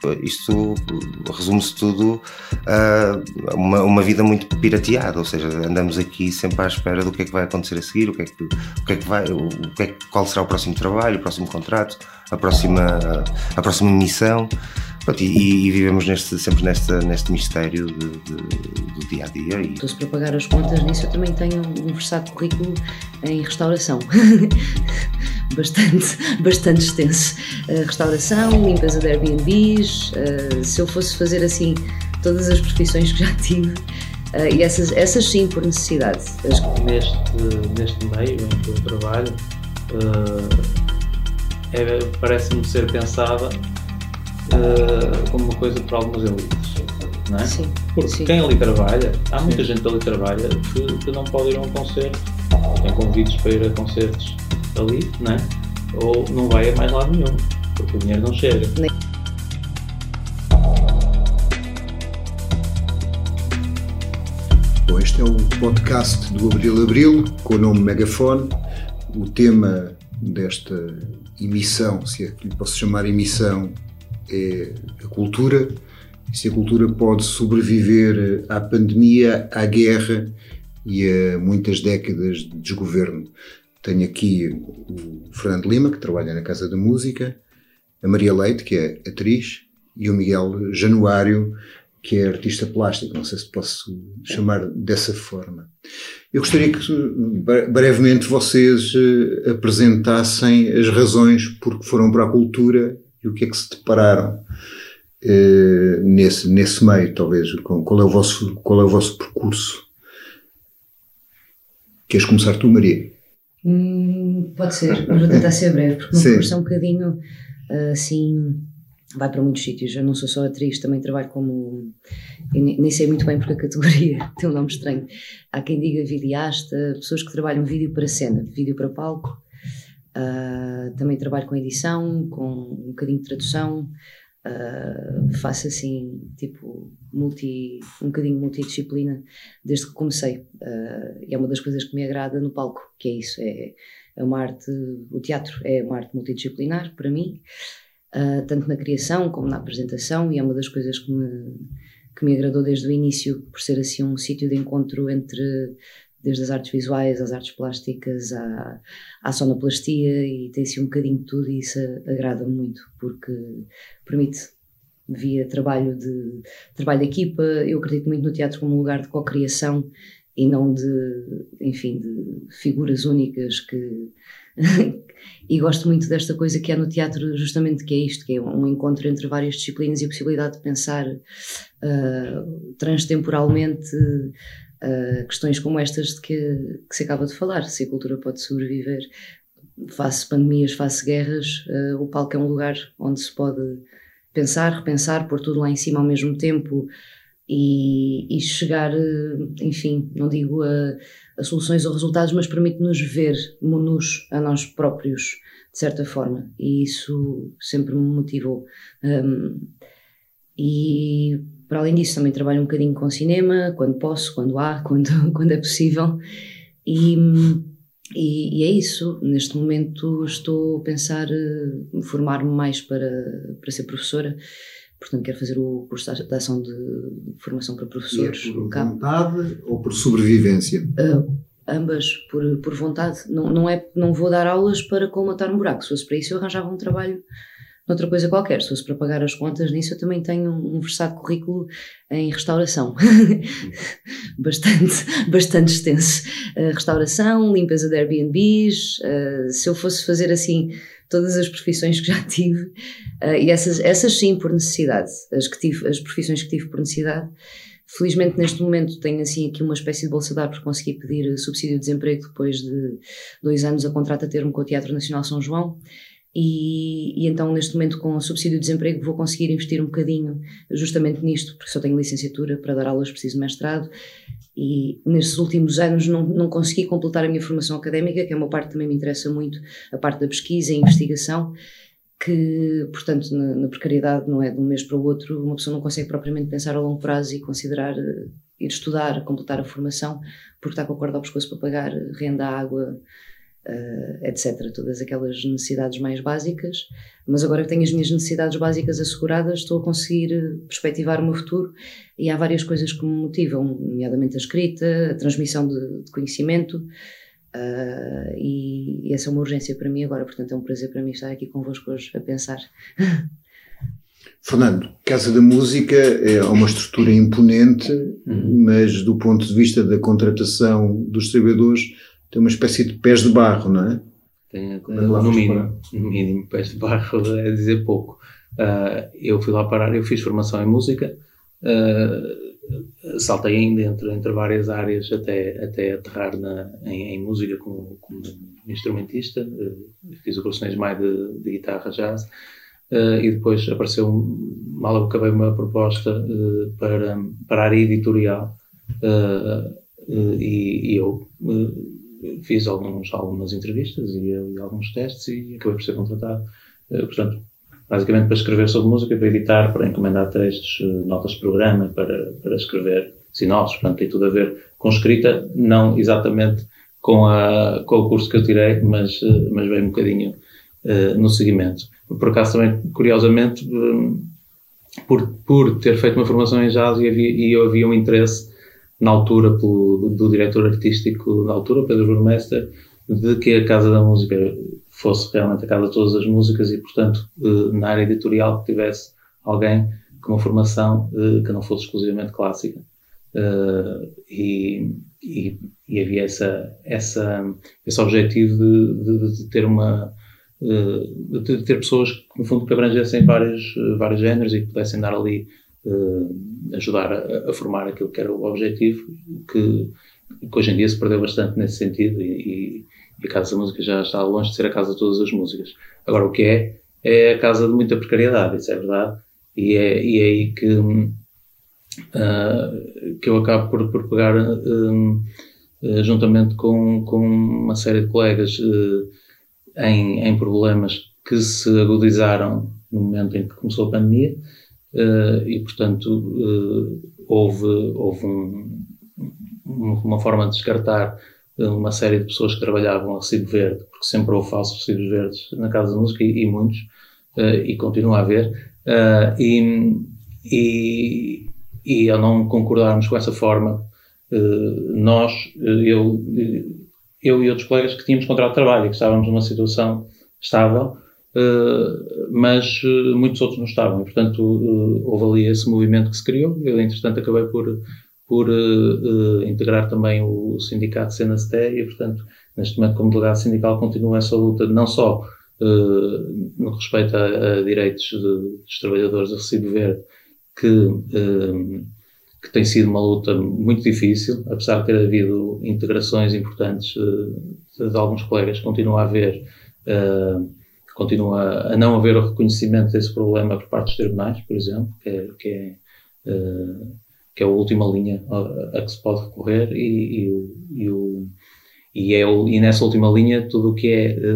Isto resume-se tudo a uma vida muito pirateada, ou seja, andamos aqui sempre à espera do que é que vai acontecer a seguir, qual será o próximo trabalho, o próximo contrato, a próxima missão. Pronto, e vivemos sempre neste mistério do dia a dia. Estou-se para pagar as contas, nisso eu também tenho um versátil currículo em restauração. bastante extenso. Restauração, limpeza de Airbnbs, se eu fosse fazer assim todas as profissões que já tive, e essas sim por necessidade. Neste meio em que eu trabalho, parece-me ser pensada como uma coisa para algumas elites, não é? Sim, porque sim. Quem ali trabalha, há muita gente ali trabalha que não pode ir a um concerto, tem convites para ir a concertos ali, não é? Ou não vai a mais lado nenhum, porque o dinheiro não chega. Bom, este é o podcast do Abril, com o nome Megafone. O tema desta emissão, se é que lhe posso chamar emissão, é a cultura. Se a cultura pode sobreviver à pandemia, à guerra e a muitas décadas de desgoverno. Tenho aqui o Fernando Lima, que trabalha na Casa da Música, a Maria Leite, que é atriz, e o Miguel Januário, que é artista plástico. Não sei se posso chamar dessa forma. Eu gostaria que brevemente vocês apresentassem as razões por que foram para a cultura e o que é que se depararam nesse meio, talvez. Qual é o vosso percurso? Queres começar tu, Maria? Pode ser, mas vou tentar ser breve, porque o meu percurso é um bocadinho assim, vai para muitos sítios. Eu não sou só atriz, também trabalho como, eu nem sei muito bem porque a categoria tem um nome estranho. Há quem diga videasta, pessoas que trabalham vídeo para cena, vídeo para palco. Também trabalho com edição, com um bocadinho de tradução. Faço assim, tipo, um bocadinho multidisciplina desde que comecei, e é uma das coisas que me agrada no palco, que é isso, é uma arte, o teatro é uma arte multidisciplinar para mim, tanto na criação como na apresentação, e é uma das coisas que me agradou desde o início, por ser assim um sítio de encontro desde as artes visuais, às artes plásticas, à sonoplastia, e tem assim um bocadinho de tudo, e isso agrada-me muito, porque permite, via trabalho de equipa. Eu acredito muito no teatro como um lugar de cocriação e não de figuras únicas e gosto muito desta coisa que há no teatro, justamente, que é isto, que é um encontro entre várias disciplinas e a possibilidade de pensar transtemporalmente questões como estas de que se acaba de falar. Se a cultura pode sobreviver face pandemias, face guerras, o palco é um lugar onde se pode pensar, repensar, pôr tudo lá em cima ao mesmo tempo e chegar, enfim, não digo a soluções ou resultados, mas permite-nos ver-nos a nós próprios, de certa forma, e isso sempre me motivou. E para além disso também trabalho um bocadinho com cinema, quando posso, quando é possível, e é isso. Neste momento estou a pensar formar-me mais para ser professora, portanto quero fazer o curso de ação de formação para professores. E é por vontade ou por sobrevivência? Ambas, por vontade. Não vou dar aulas para colmatar um buraco. Se fosse para isso eu arranjava um trabalho noutra coisa qualquer. Se fosse para pagar as contas, nisso eu também tenho um versátil currículo em restauração. bastante extenso. Restauração, limpeza de Airbnbs, se eu fosse fazer assim todas as profissões que já tive, e essas sim por necessidade, as profissões que tive por necessidade. Felizmente neste momento tenho assim aqui uma espécie de bolsa de ar, porque consegui pedir subsídio de desemprego depois de 2 anos a contrato a termo com o Teatro Nacional São João. E então neste momento, com o subsídio de desemprego, vou conseguir investir um bocadinho justamente nisto, porque só tenho licenciatura. Para dar aulas preciso de mestrado, e nestes últimos anos não consegui completar a minha formação académica, que é uma parte que também me interessa muito, a parte da pesquisa e investigação, que portanto na precariedade não é de um mês para o outro, uma pessoa não consegue propriamente pensar a longo prazo e considerar ir estudar, completar a formação, porque está com a corda ao pescoço para pagar renda, água, etc. Todas aquelas necessidades mais básicas, mas agora que tenho as minhas necessidades básicas asseguradas, estou a conseguir perspectivar o meu futuro, e há várias coisas que me motivam, nomeadamente a escrita, a transmissão de conhecimento, e essa é uma urgência para mim agora, portanto é um prazer para mim estar aqui convosco hoje a pensar. Fernando, Casa da Música é uma estrutura imponente, mas do ponto de vista da contratação dos trabalhadores tem uma espécie de pés de barro, não é? Tem, no mínimo pés de barro é dizer pouco. Eu fui lá parar, eu fiz formação em música, saltei ainda entre várias áreas até aterrar em música como instrumentista. Fiz o curso de guitarra jazz. E depois apareceu, mal eu acabei uma proposta para a área editorial, e eu fiz algumas entrevistas e alguns testes e acabei por ser contratado. Portanto, basicamente para escrever sobre música, para editar, para encomendar textos, notas de programa, para escrever sinopses. Portanto, tem tudo a ver com escrita, não exatamente com o curso que eu tirei, mas bem um bocadinho no seguimento. Por acaso também, curiosamente, por ter feito uma formação em jazz e havia um interesse na altura do diretor artístico da altura, Pedro Burmester, de que a Casa da Música fosse realmente a casa de todas as músicas e, portanto, na área editorial que tivesse alguém com uma formação que não fosse exclusivamente clássica. E havia esse objetivo de ter de ter pessoas que, no fundo, que abrangessem vários géneros e que pudessem dar ali, ajudar a formar aquilo que era o objetivo, que hoje em dia se perdeu bastante nesse sentido, e a Casa da Música já está longe de ser a casa de todas as músicas. Agora, o que é a casa de muita precariedade, isso é verdade, e é aí que eu acabo por pegar, juntamente com uma série de colegas, em problemas que se agudizaram no momento em que começou a pandemia, e portanto houve uma forma de descartar uma série de pessoas que trabalhavam a recibo verde, porque sempre houve falsos recibos verdes na Casa da Música, e muitos, e continua a haver, e ao não concordarmos com essa forma, eu e outros colegas que tínhamos contrato de trabalho e que estávamos numa situação estável, mas muitos outros não estavam, e portanto houve ali esse movimento que se criou. Eu, entretanto, acabei por integrar também o sindicato CNST, e portanto, neste momento, como delegado sindical, continua essa luta, não só no respeito a direitos dos trabalhadores a recibo verde, que tem sido uma luta muito difícil, apesar de ter havido integrações importantes de alguns colegas. Continua a não haver o reconhecimento desse problema por parte dos tribunais, por exemplo, que é a última linha a que se pode recorrer, e nessa última linha tudo o que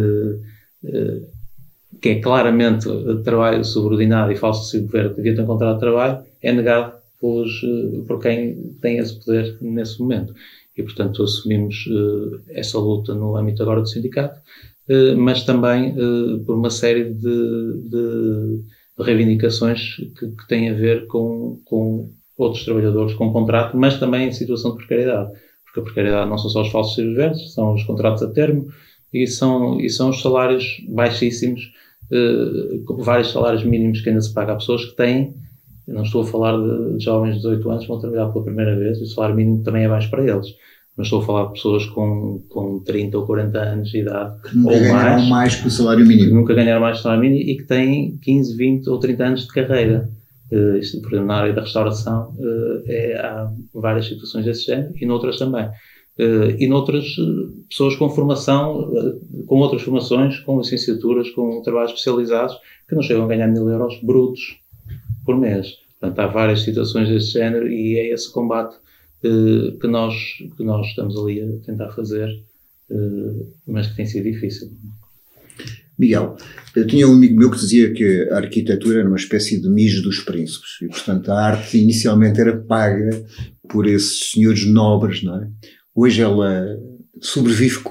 é claramente trabalho subordinado e falso recibo verde que devia ter um contrato de trabalho é negado por quem tem esse poder nesse momento. E, portanto, assumimos essa luta no âmbito agora do sindicato, mas também por uma série de reivindicações que têm a ver com outros trabalhadores com contrato, mas também em situação de precariedade. Porque a precariedade não são só os falsos recibos verdes, são os contratos a termo, e são os salários baixíssimos, vários salários mínimos que ainda se paga a pessoas que têm. Eu não estou a falar de jovens de 18 anos que vão trabalhar pela primeira vez, e o salário mínimo também é baixo para eles. Mas estou a falar de pessoas com 30 ou 40 anos de idade, que nunca ganharam mais que o salário mínimo. Que nunca ganharam mais que o salário mínimo e que têm 15, 20 ou 30 anos de carreira. Isto, por exemplo, na área da restauração, há várias situações desse género, e noutras também. E noutras, pessoas com formação, com outras formações, com licenciaturas, com trabalhos especializados, que não chegam a ganhar 1.000 euros brutos por mês. Portanto, há várias situações desse género, e é esse combate que nós estamos ali a tentar fazer, mas que tem sido difícil. Miguel, eu tinha um amigo meu que dizia que a arquitetura era uma espécie de mijo dos príncipes, e portanto a arte inicialmente era paga por esses senhores nobres, não é? Hoje ela sobrevive como?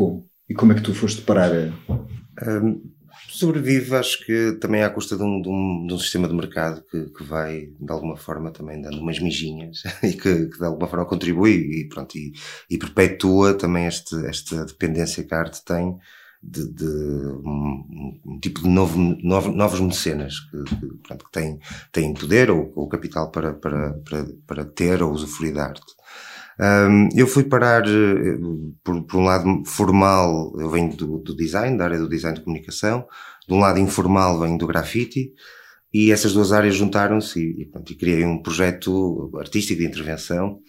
E como é que tu foste parar? Sobrevive, acho que também à custa de um sistema de mercado que vai, de alguma forma, também dando umas mijinhas e que de alguma forma contribui e perpetua também esta dependência que a arte tem de um tipo de novos mecenas que têm poder ou capital para ter ou usufruir da arte. Eu fui parar, por um lado formal, eu venho do design, da área do design de comunicação, de um lado informal venho do grafite, e essas duas áreas juntaram-se e criei um projeto artístico de intervenção,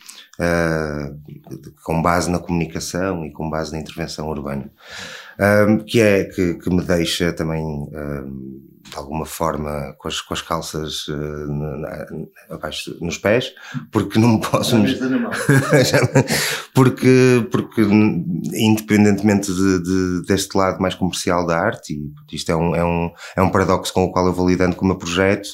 com base na comunicação e com base na intervenção urbana, que me deixa também, de alguma forma, com as calças abaixo nos pés, porque não me posso... porque independentemente deste lado mais comercial da arte, e isto é um paradoxo com o qual eu vou lidando com o meu projeto,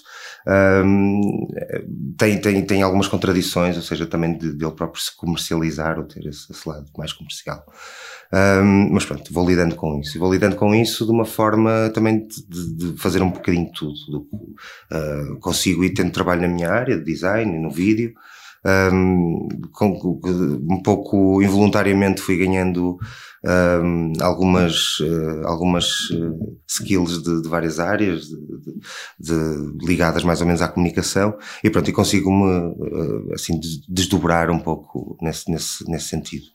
tem algumas contradições, ou seja, também dele próprio se comercializar ou ter esse lado mais comercial. Mas pronto, vou lidando com isso. E vou lidando com isso de uma forma também de fazer um bocadinho de tudo. Consigo ir tendo trabalho na minha área de design e no vídeo. Um pouco involuntariamente fui ganhando algumas skills de várias áreas ligadas mais ou menos à comunicação, e pronto, e consigo-me assim desdobrar um pouco nesse sentido.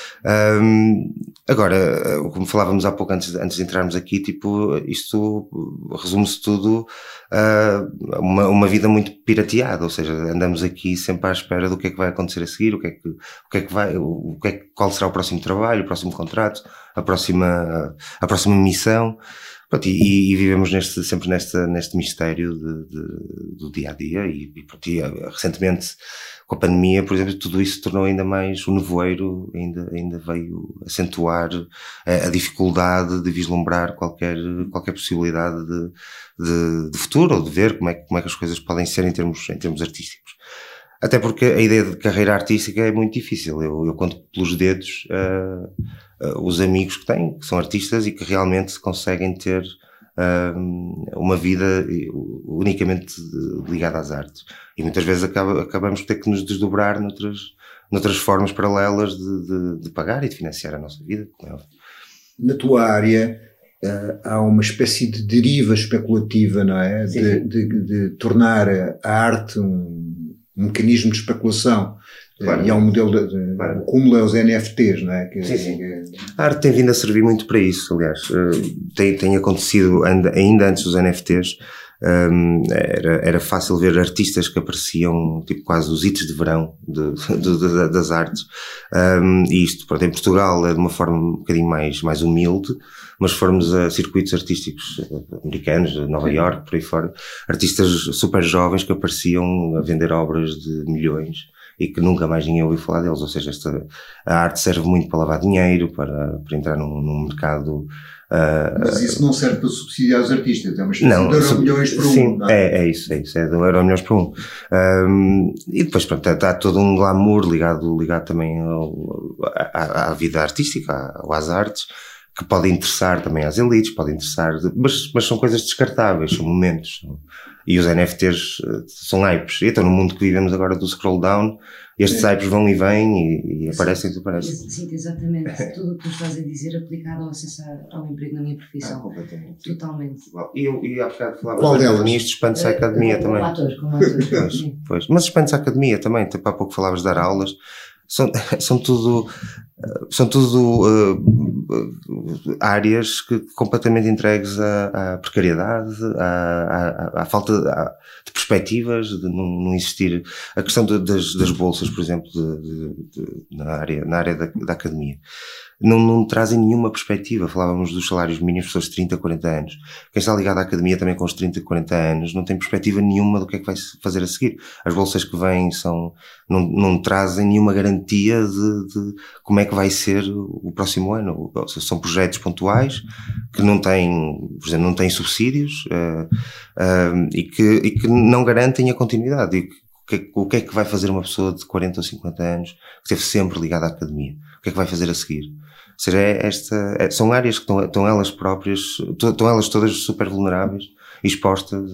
Agora, como falávamos há pouco antes de entrarmos aqui, tipo, isto resume-se tudo a uma vida muito pirateada, ou seja, andamos aqui sempre à espera do que é que vai acontecer a seguir, qual será o próximo trabalho, o próximo contrato, a próxima missão. Pronto, e vivemos sempre neste mistério do dia a dia, e recentemente com a pandemia, por exemplo, tudo isso se tornou ainda mais, o nevoeiro ainda veio acentuar a dificuldade de vislumbrar qualquer possibilidade de futuro, ou de ver como é que as coisas podem ser em termos artísticos. Até porque a ideia de carreira artística é muito difícil. Eu conto pelos dedos os amigos que tenho, que são artistas e que realmente conseguem ter uma vida unicamente ligada às artes. E muitas vezes acabamos por ter que nos desdobrar noutras formas paralelas de pagar e de financiar a nossa vida. Na tua área há uma espécie de deriva especulativa, não é? Sim. De tornar a arte um mecanismo de especulação. Claro. E há um modelo claro. O cúmulo é os NFTs, não é? Sim. A arte tem vindo a servir muito para isso, aliás. Tem acontecido ainda antes dos NFTs. Era fácil ver artistas que apareciam tipo quase os hits de verão das artes, e isto, pronto, em Portugal é de uma forma um bocadinho mais humilde, mas se formos a circuitos artísticos americanos, de Nova Iorque, por aí fora, artistas super jovens que apareciam a vender obras de milhões e que nunca mais ninguém ouviu falar deles. Ou seja, a arte serve muito para lavar dinheiro, para entrar num mercado. Mas isso não serve para subsidiar os artistas, é uma espécie de Euromilhões por um. Sim, é isso, é do Euromilhões por um. E depois, pronto, está todo um glamour ligado também à vida artística, às artes, que pode interessar também às elites, mas são coisas descartáveis, são momentos. E os NFTs são hypes. E então, no mundo que vivemos agora do scroll down, estes hypes vão e vêm e aparecem e desaparecem. Sim, exatamente. Tudo o que tu estás a dizer aplicado ao acesso ao emprego na minha profissão. Completamente. Totalmente. E há bocado falava qual delas? Isto expande-se à academia também. Como ator. Pois. Mas expande-se à academia também. Há pouco falavas de dar aulas. São tudo áreas completamente entregues à precariedade, à falta de perspectivas, de não existir. A questão das bolsas, por exemplo, na área da academia, não trazem nenhuma perspectiva. Falávamos dos salários mínimos, pessoas de 30, 40 anos. Quem está ligado à academia também com os 30, 40 anos não tem perspectiva nenhuma do que é que vai fazer a seguir. As bolsas que vêm não trazem nenhuma garantia de como é que vai ser o próximo ano. São projetos pontuais que não têm, por exemplo, não têm subsídios, e que não garantem a continuidade. E o que é que vai fazer uma pessoa de 40 ou 50 anos que esteve sempre ligada à academia? O que é que vai fazer a seguir? seja, são áreas que estão elas próprias, estão elas todas super vulneráveis, expostas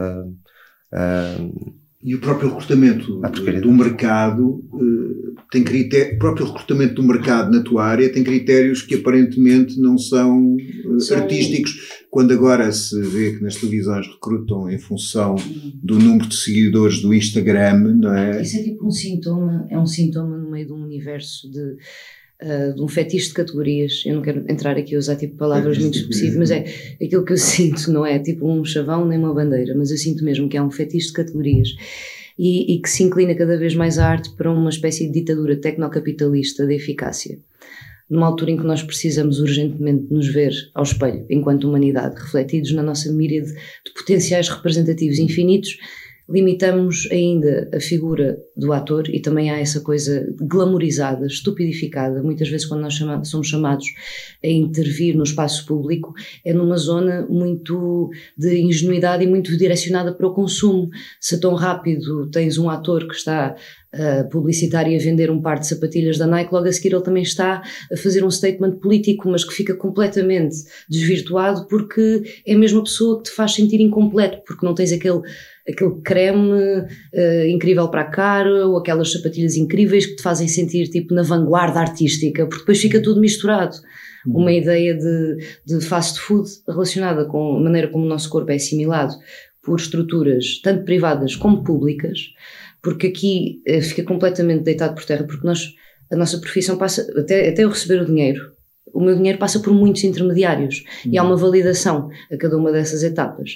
E o próprio recrutamento do mercado tem critérios, o próprio recrutamento do mercado na tua área tem critérios que aparentemente não são artísticos, quando agora se vê que nas televisões recrutam em função do número de seguidores do Instagram, não é? Isso é tipo um sintoma no meio de um universo de um fetiche de categorias. Eu não quero entrar aqui a usar tipo palavras muito específicas, mas é aquilo que eu sinto, não é tipo um chavão nem uma bandeira, mas eu sinto mesmo que é um fetiche de categorias e que se inclina cada vez mais a arte para uma espécie de ditadura tecnocapitalista de eficácia. Numa altura em que nós precisamos urgentemente nos ver ao espelho, enquanto humanidade, refletidos na nossa míriade de potenciais representativos infinitos, limitamos ainda a figura do ator e também há essa coisa glamorizada, estupidificada. Muitas vezes quando nós somos chamados a intervir no espaço público é numa zona muito de ingenuidade e muito direcionada para o consumo. Se tão rápido tens um ator que está a publicitar e a vender um par de sapatilhas da Nike, logo a seguir ele também está a fazer um statement político, mas que fica completamente desvirtuado porque é a mesma pessoa que te faz sentir incompleto, porque não tens aquele creme incrível para a cara ou aquelas sapatilhas incríveis que te fazem sentir tipo na vanguarda artística, porque depois fica tudo misturado. Uma ideia de fast food relacionada com a maneira como o nosso corpo é assimilado por estruturas tanto privadas como públicas, porque aqui fica completamente deitado por terra, porque a nossa profissão passa, até eu receber o dinheiro, o meu dinheiro passa por muitos intermediários e há uma validação a cada uma dessas etapas.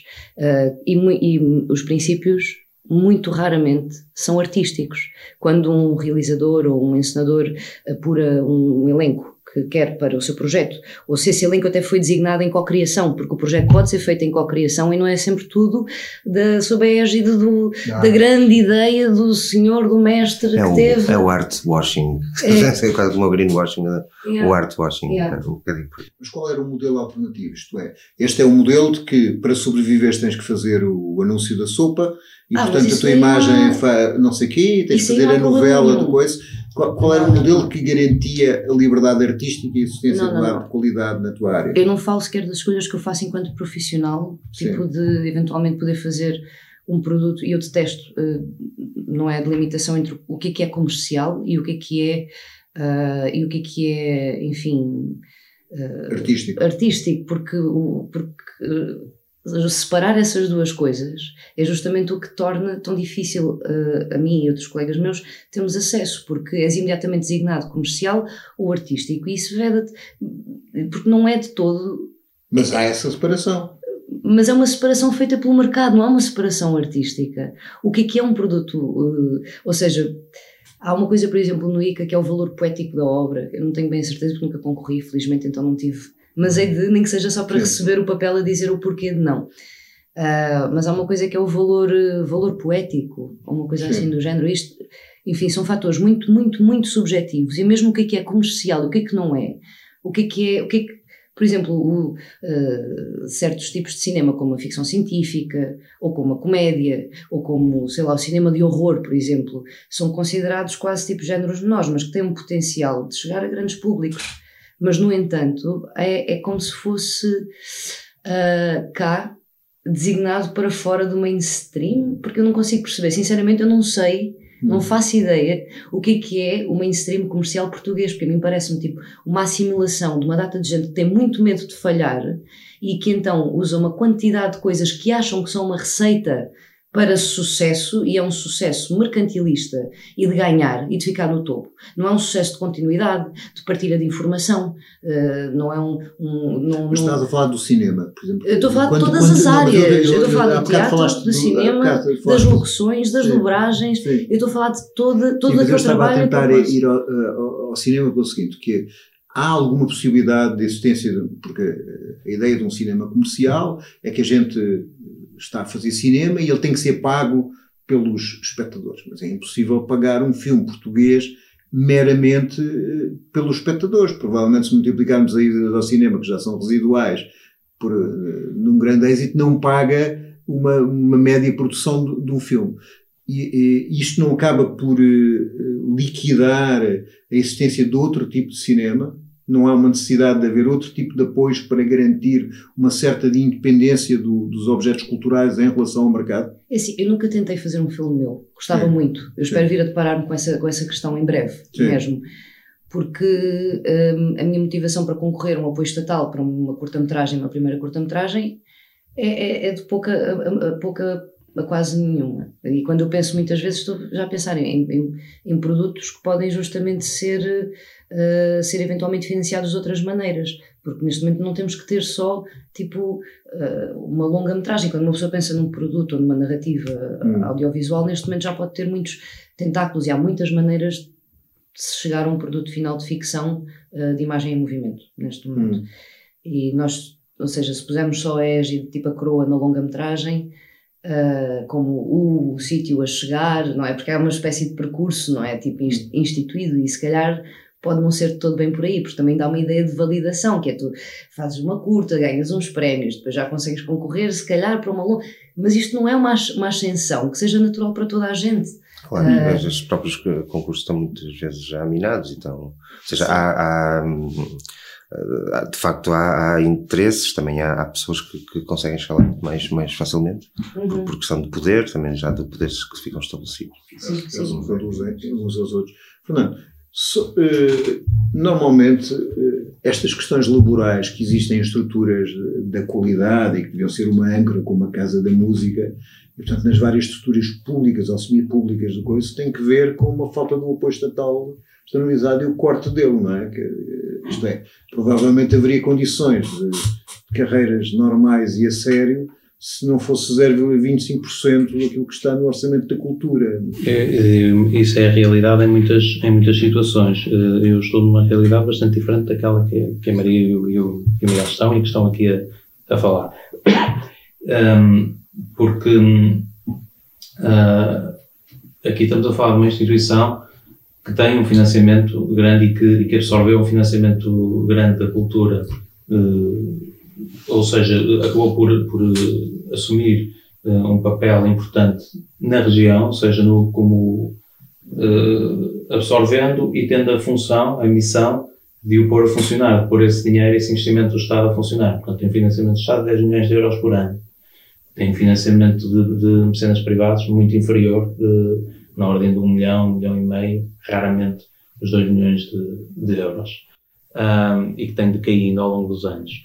E os princípios muito raramente são artísticos. Quando um realizador ou um encenador apura um elenco que quer para o seu projeto, ou se esse elenco até foi designado em cocriação, porque o projeto pode ser feito em cocriação e não é sempre tudo sob a égide da grande ideia do senhor, do mestre que teve. É o art washing, é quase como o greenwashing, o art washing. Um bocadinho. Mas qual era o modelo alternativo? Isto é, este é o modelo de que para sobreviveres tens que fazer o anúncio da sopa e portanto a tua imagem não sei o quê, tens que fazer a novela do coisa. Qual era o modelo que garantia a liberdade artística e a existência de arte de qualidade na tua área? Eu não falo sequer das escolhas que eu faço enquanto profissional, tipo de eventualmente poder fazer um produto, e eu detesto, não é a delimitação entre o que é comercial e o que é, enfim, artístico, porque separar essas duas coisas é justamente o que torna tão difícil a mim e outros colegas meus termos acesso, porque és imediatamente designado comercial ou artístico, e isso veda-te, porque não é de todo. Mas há essa separação. Mas é uma separação feita pelo mercado, não é uma separação artística. O que é um produto? Ou seja, há uma coisa, por exemplo, no ICA, que é o valor poético da obra. Eu não tenho bem a certeza porque nunca concorri, felizmente, então não tive. Mas é nem que seja só para receber o papel a dizer o porquê de não. Mas há uma coisa que é o valor poético, ou uma coisa assim do género. Isto, enfim, são fatores muito, muito, muito subjetivos. E mesmo o que é comercial, o que não é, por exemplo, certos tipos de cinema, como a ficção científica, ou como a comédia, ou como, sei lá, o cinema de horror, por exemplo, são considerados quase tipo géneros menores, mas que têm um potencial de chegar a grandes públicos. Mas, no entanto, é como se fosse cá designado para fora do mainstream, porque eu não consigo perceber, sinceramente eu não sei, não faço ideia o que é o mainstream comercial português, porque a mim parece-me tipo uma assimilação de uma data de gente que tem muito medo de falhar e que então usa uma quantidade de coisas que acham que são uma receita para sucesso, e é um sucesso mercantilista e de ganhar e de ficar no topo. Não é um sucesso de continuidade, de partilha de informação, não é Mas estás a falar do cinema, por exemplo. Eu estou a falar de todas as áreas. Eu estou a falar do teatro, do cinema, das locuções, das dobragens. Eu estou a falar de todo aquele trabalho. Eu estava a tentar ir ao cinema pelo seguinte, que há alguma possibilidade de existência, porque a ideia de um cinema comercial é que a gente está a fazer cinema e ele tem que ser pago pelos espectadores, mas é impossível pagar um filme português meramente pelos espectadores. Provavelmente, se multiplicarmos as idas ao cinema, que já são residuais, num grande êxito, não paga uma média produção de um filme. E isto não acaba por liquidar a existência de outro tipo de cinema, Não há uma necessidade de haver outro tipo de apoios para garantir uma certa de independência dos objetos culturais em relação ao mercado? É assim, eu nunca tentei fazer um filme meu. Gostava muito. Eu espero vir a deparar-me com essa questão em breve, mesmo. Porque a minha motivação para concorrer a um apoio estatal para uma curta-metragem, uma primeira curta-metragem, é de pouca a quase nenhuma. E quando eu penso muitas vezes, estou já a pensar em produtos que podem justamente ser eventualmente financiados de outras maneiras, porque neste momento não temos que ter só tipo uma longa-metragem. Quando uma pessoa pensa num produto ou numa narrativa audiovisual, neste momento já pode ter muitos tentáculos e há muitas maneiras de se chegar a um produto final de ficção de imagem em movimento neste momento. E nós, ou seja, se pusermos só a égide tipo a coroa na longa-metragem, como o sítio a chegar, não é? Porque é uma espécie de percurso, não é? Tipo instituído, e se calhar pode não ser de todo bem por aí, porque também dá uma ideia de validação, que é tu fazes uma curta, ganhas uns prémios, depois já consegues concorrer, se calhar para uma longa, mas isto não é uma ascensão que seja natural para toda a gente. Claro, mas os próprios concursos estão muitas vezes já minados, então, ou seja, de facto há interesses, também há pessoas que conseguem chegar lá mais facilmente, por questão de poder, também já de poderes que ficam estabelecidos. Eles uns aos outros. Fernando, normalmente estas questões laborais que existem em estruturas da qualidade e que deviam ser uma âncora como a Casa da Música, e portanto nas várias estruturas públicas ou semipúblicas do coisa, tem que ver com uma falta de um apoio estatal externalizado e o corte dele, não é? Isto é, provavelmente haveria condições de carreiras normais e a sério se não fosse 0,25% daquilo que está no orçamento da cultura. Isso é a realidade em muitas situações. Eu estou numa realidade bastante diferente daquela que a Maria e o Miguel estão e que estão aqui a falar. Porque aqui estamos a falar de uma instituição que tem um financiamento grande e que absorveu um financiamento grande da cultura, ou seja, acabou por assumir um papel importante na região, seja como absorvendo e tendo a função, a missão de o pôr a funcionar, de pôr esse dinheiro, esse investimento do Estado a funcionar. Portanto, tem financiamento do Estado de 10 milhões de euros por ano. Tem financiamento de mecenas privados muito inferior, na ordem de 1 milhão, 1 milhão e meio, raramente os 2 milhões de euros. E que tem decaído ao longo dos anos.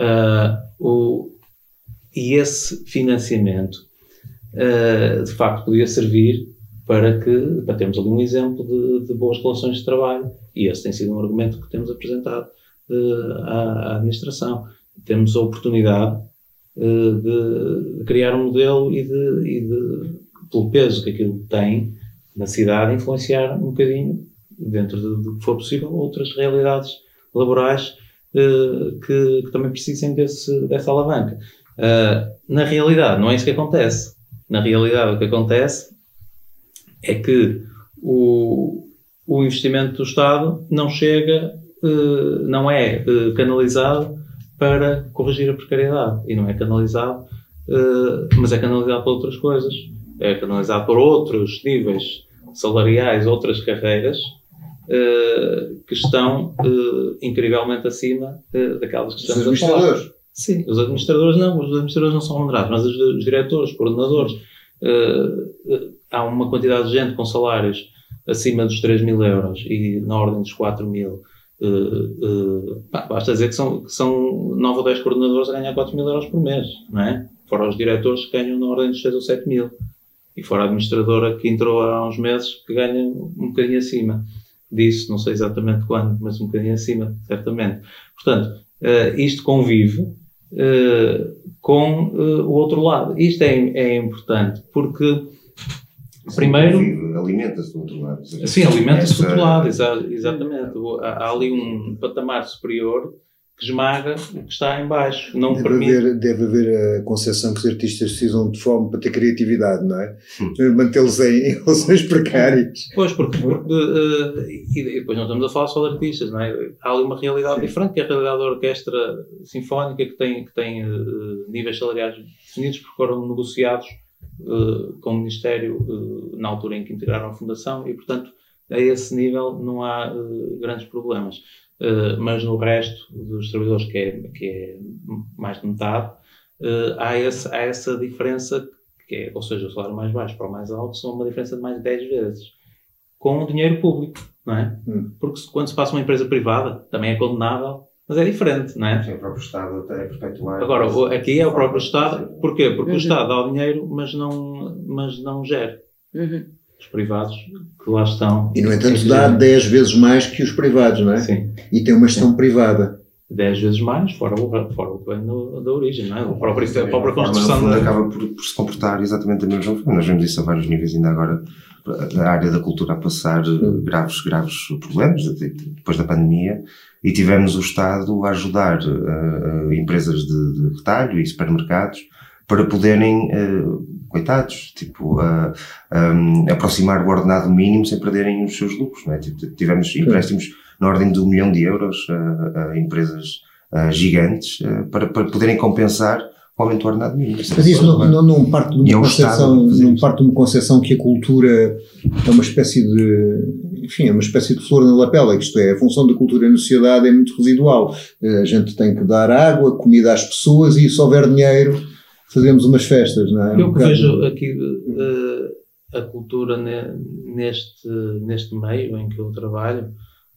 E esse financiamento, de facto, podia servir para termos ali um exemplo de boas relações de trabalho. E esse tem sido um argumento que temos apresentado à administração. Temos a oportunidade de criar um modelo e pelo peso que aquilo tem na cidade, influenciar um bocadinho, dentro do que for possível, outras realidades laborais que também precisem dessa alavanca. Na realidade, não é isso que acontece. Na realidade, o que acontece é que o investimento do Estado não chega, não é canalizado para corrigir a precariedade. E não é canalizado, mas é canalizado para outras coisas. É canalizado para outros níveis salariais, outras carreiras que estão incrivelmente acima daquelas que estamos a falar. Os administradores? Sim, os administradores não são remunerados, mas os diretores, coordenadores, há uma quantidade de gente com salários acima dos 3 mil euros e na ordem dos 4 mil. Basta dizer que são 9 ou 10 coordenadores a ganhar 4 mil euros por mês, não é? Fora os diretores que ganham na ordem dos 6 ou 7 mil. E fora a administradora que entrou há uns meses que ganha um bocadinho acima disso, não sei exatamente quando, mas um bocadinho acima, certamente. Portanto, isto convive com o outro lado. Isto é importante porque, primeiro... Alimenta-se do outro lado. Sim, alimenta-se do outro lado, exatamente. Há ali um patamar superior que esmaga o que está em baixo. Deve haver a concepção que os artistas precisam de fome para ter criatividade, não é? Mantê-los em relações precárias. Pois, porque e depois não estamos a falar só de artistas, não é? Há ali uma realidade diferente, que é a realidade da orquestra sinfónica, que tem níveis salariais definidos, porque foram negociados com o Ministério na altura em que integraram a Fundação e, portanto, a esse nível não há grandes problemas. mas no resto dos trabalhadores, que é mais de metade, há essa diferença, ou seja, o salário mais baixo para o mais alto são uma diferença de mais de 10 vezes, com o dinheiro público, não é? Porque quando se passa uma empresa privada, também é condenável, mas é diferente, não é? Sim, o próprio Estado até é perpetuar. Agora, aqui é o próprio Estado. Porquê? Porque o Estado dá o dinheiro, mas não gera. Os privados que lá estão... E, no entanto, dá 10 vezes mais que os privados, não é? Sim. E tem uma gestão privada. 10 vezes mais, fora o que vem da origem, não é? A própria construção... acaba por se comportar exatamente da mesma forma. Nós vemos isso a vários níveis, ainda agora a área da cultura a passar graves problemas depois da pandemia, e tivemos o Estado a ajudar empresas de retalho e supermercados para poderem, coitados, tipo, aproximar o ordenado mínimo sem perderem os seus lucros, não é? Tivemos empréstimos na ordem de €1 milhão a empresas gigantes para poderem compensar o aumento do ordenado mínimo. Mas isso não parte de uma concepção que a cultura é uma espécie de flor na lapela, isto é, a função da cultura na sociedade é muito residual. A gente tem que dar água, comida às pessoas, e se houver dinheiro fazemos umas festas, não é? Eu que vejo aqui a cultura neste meio em que eu trabalho,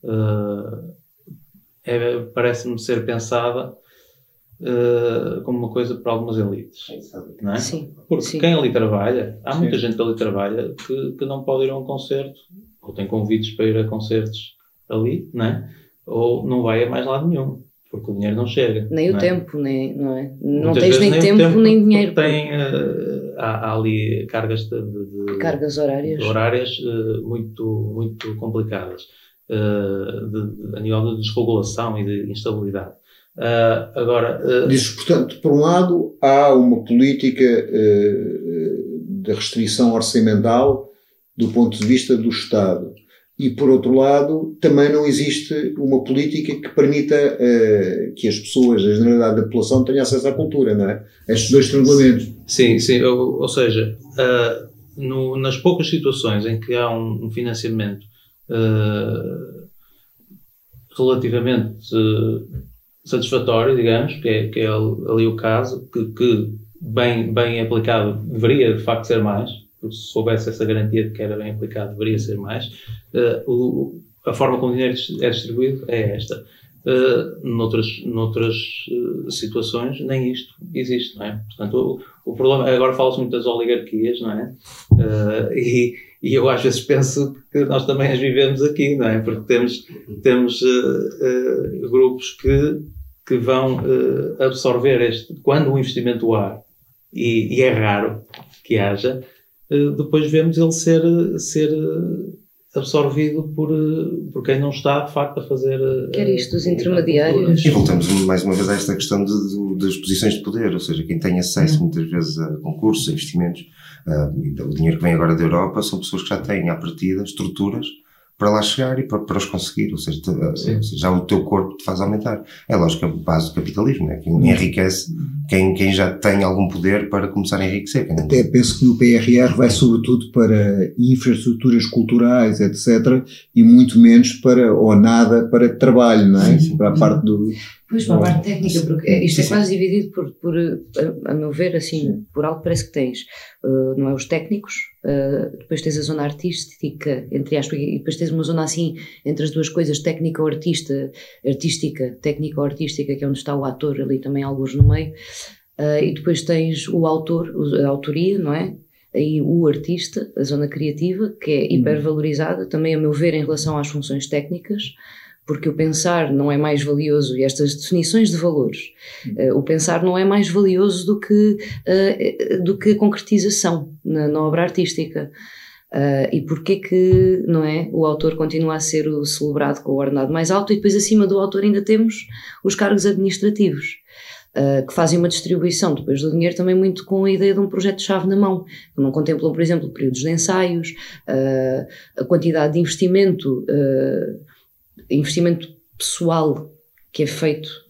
parece-me ser pensada como uma coisa para algumas elites, não é? Sim. Porque quem ali trabalha, há muita gente que ali trabalha que não pode ir a um concerto, ou tem convites para ir a concertos ali, não é? Ou não vai a mais lado nenhum, porque o dinheiro não chega. Nem não o é? tempo, não é? Não tens nem tempo nem dinheiro. Há ali cargas cargas horárias muito, muito complicadas, a nível de desregulação e de instabilidade. Diz, portanto, por um lado há uma política de restrição orçamental do ponto de vista do Estado, e por outro lado também não existe uma política que permita que as pessoas, a generalidade da população, tenha acesso à cultura, não é? Estes dois triangulamentos. Sim, ou seja, nas poucas situações em que há um financiamento relativamente satisfatório, digamos, que é ali o caso, que bem aplicado deveria de facto ser mais, porque se soubesse essa garantia de que era bem aplicado deveria ser mais. A forma como o dinheiro é distribuído é esta. Noutras situações nem isto existe, não é? Portanto, o problema, agora fala-se muito das oligarquias, não é? E eu às vezes penso que nós também as vivemos aqui, não é? Porque temos grupos que vão absorver quando o investimento há, e é raro que haja, depois vemos ele ser absorvido por quem não está de facto a fazer... Quer isto dos intermediários. E voltamos mais uma vez a esta questão das posições de poder, ou seja, quem tem acesso muitas vezes a concursos, a investimentos, o dinheiro que vem agora da Europa são pessoas que já têm à partida estruturas para lá chegar e para os conseguir, ou seja, já o teu corpo te faz aumentar. É lógico, a base do capitalismo, né? Que enriquece quem já tem algum poder para começar a enriquecer. Até penso que o PRR vai sobretudo para infraestruturas culturais, etc., e muito menos ou nada para trabalho, não é? Sim. Para a parte do... Pois, para a parte técnica, porque isto é quase dividido por a meu ver, assim, por algo parece que tens, não é, os técnicos, depois tens a zona artística, entre aspas, e depois tens uma zona assim, entre as duas coisas, técnico-artística, técnico-artística, que é onde está o ator, ali também alguns no meio, e depois tens o autor, a autoria, não é? Aí o artista, a zona criativa, que é hipervalorizada, também a meu ver, em relação às funções técnicas, porque o pensar não é mais valioso, e estas definições de valores, o pensar não é mais valioso do que a concretização na obra artística. E porquê que, não é, o autor continua a ser o celebrado com o ordenado mais alto, e depois acima do autor ainda temos os cargos administrativos, que fazem uma distribuição depois do dinheiro também muito com a ideia de um projeto-chave na mão, que não contemplam, por exemplo, períodos de ensaios, a quantidade de investimento pessoal que é feito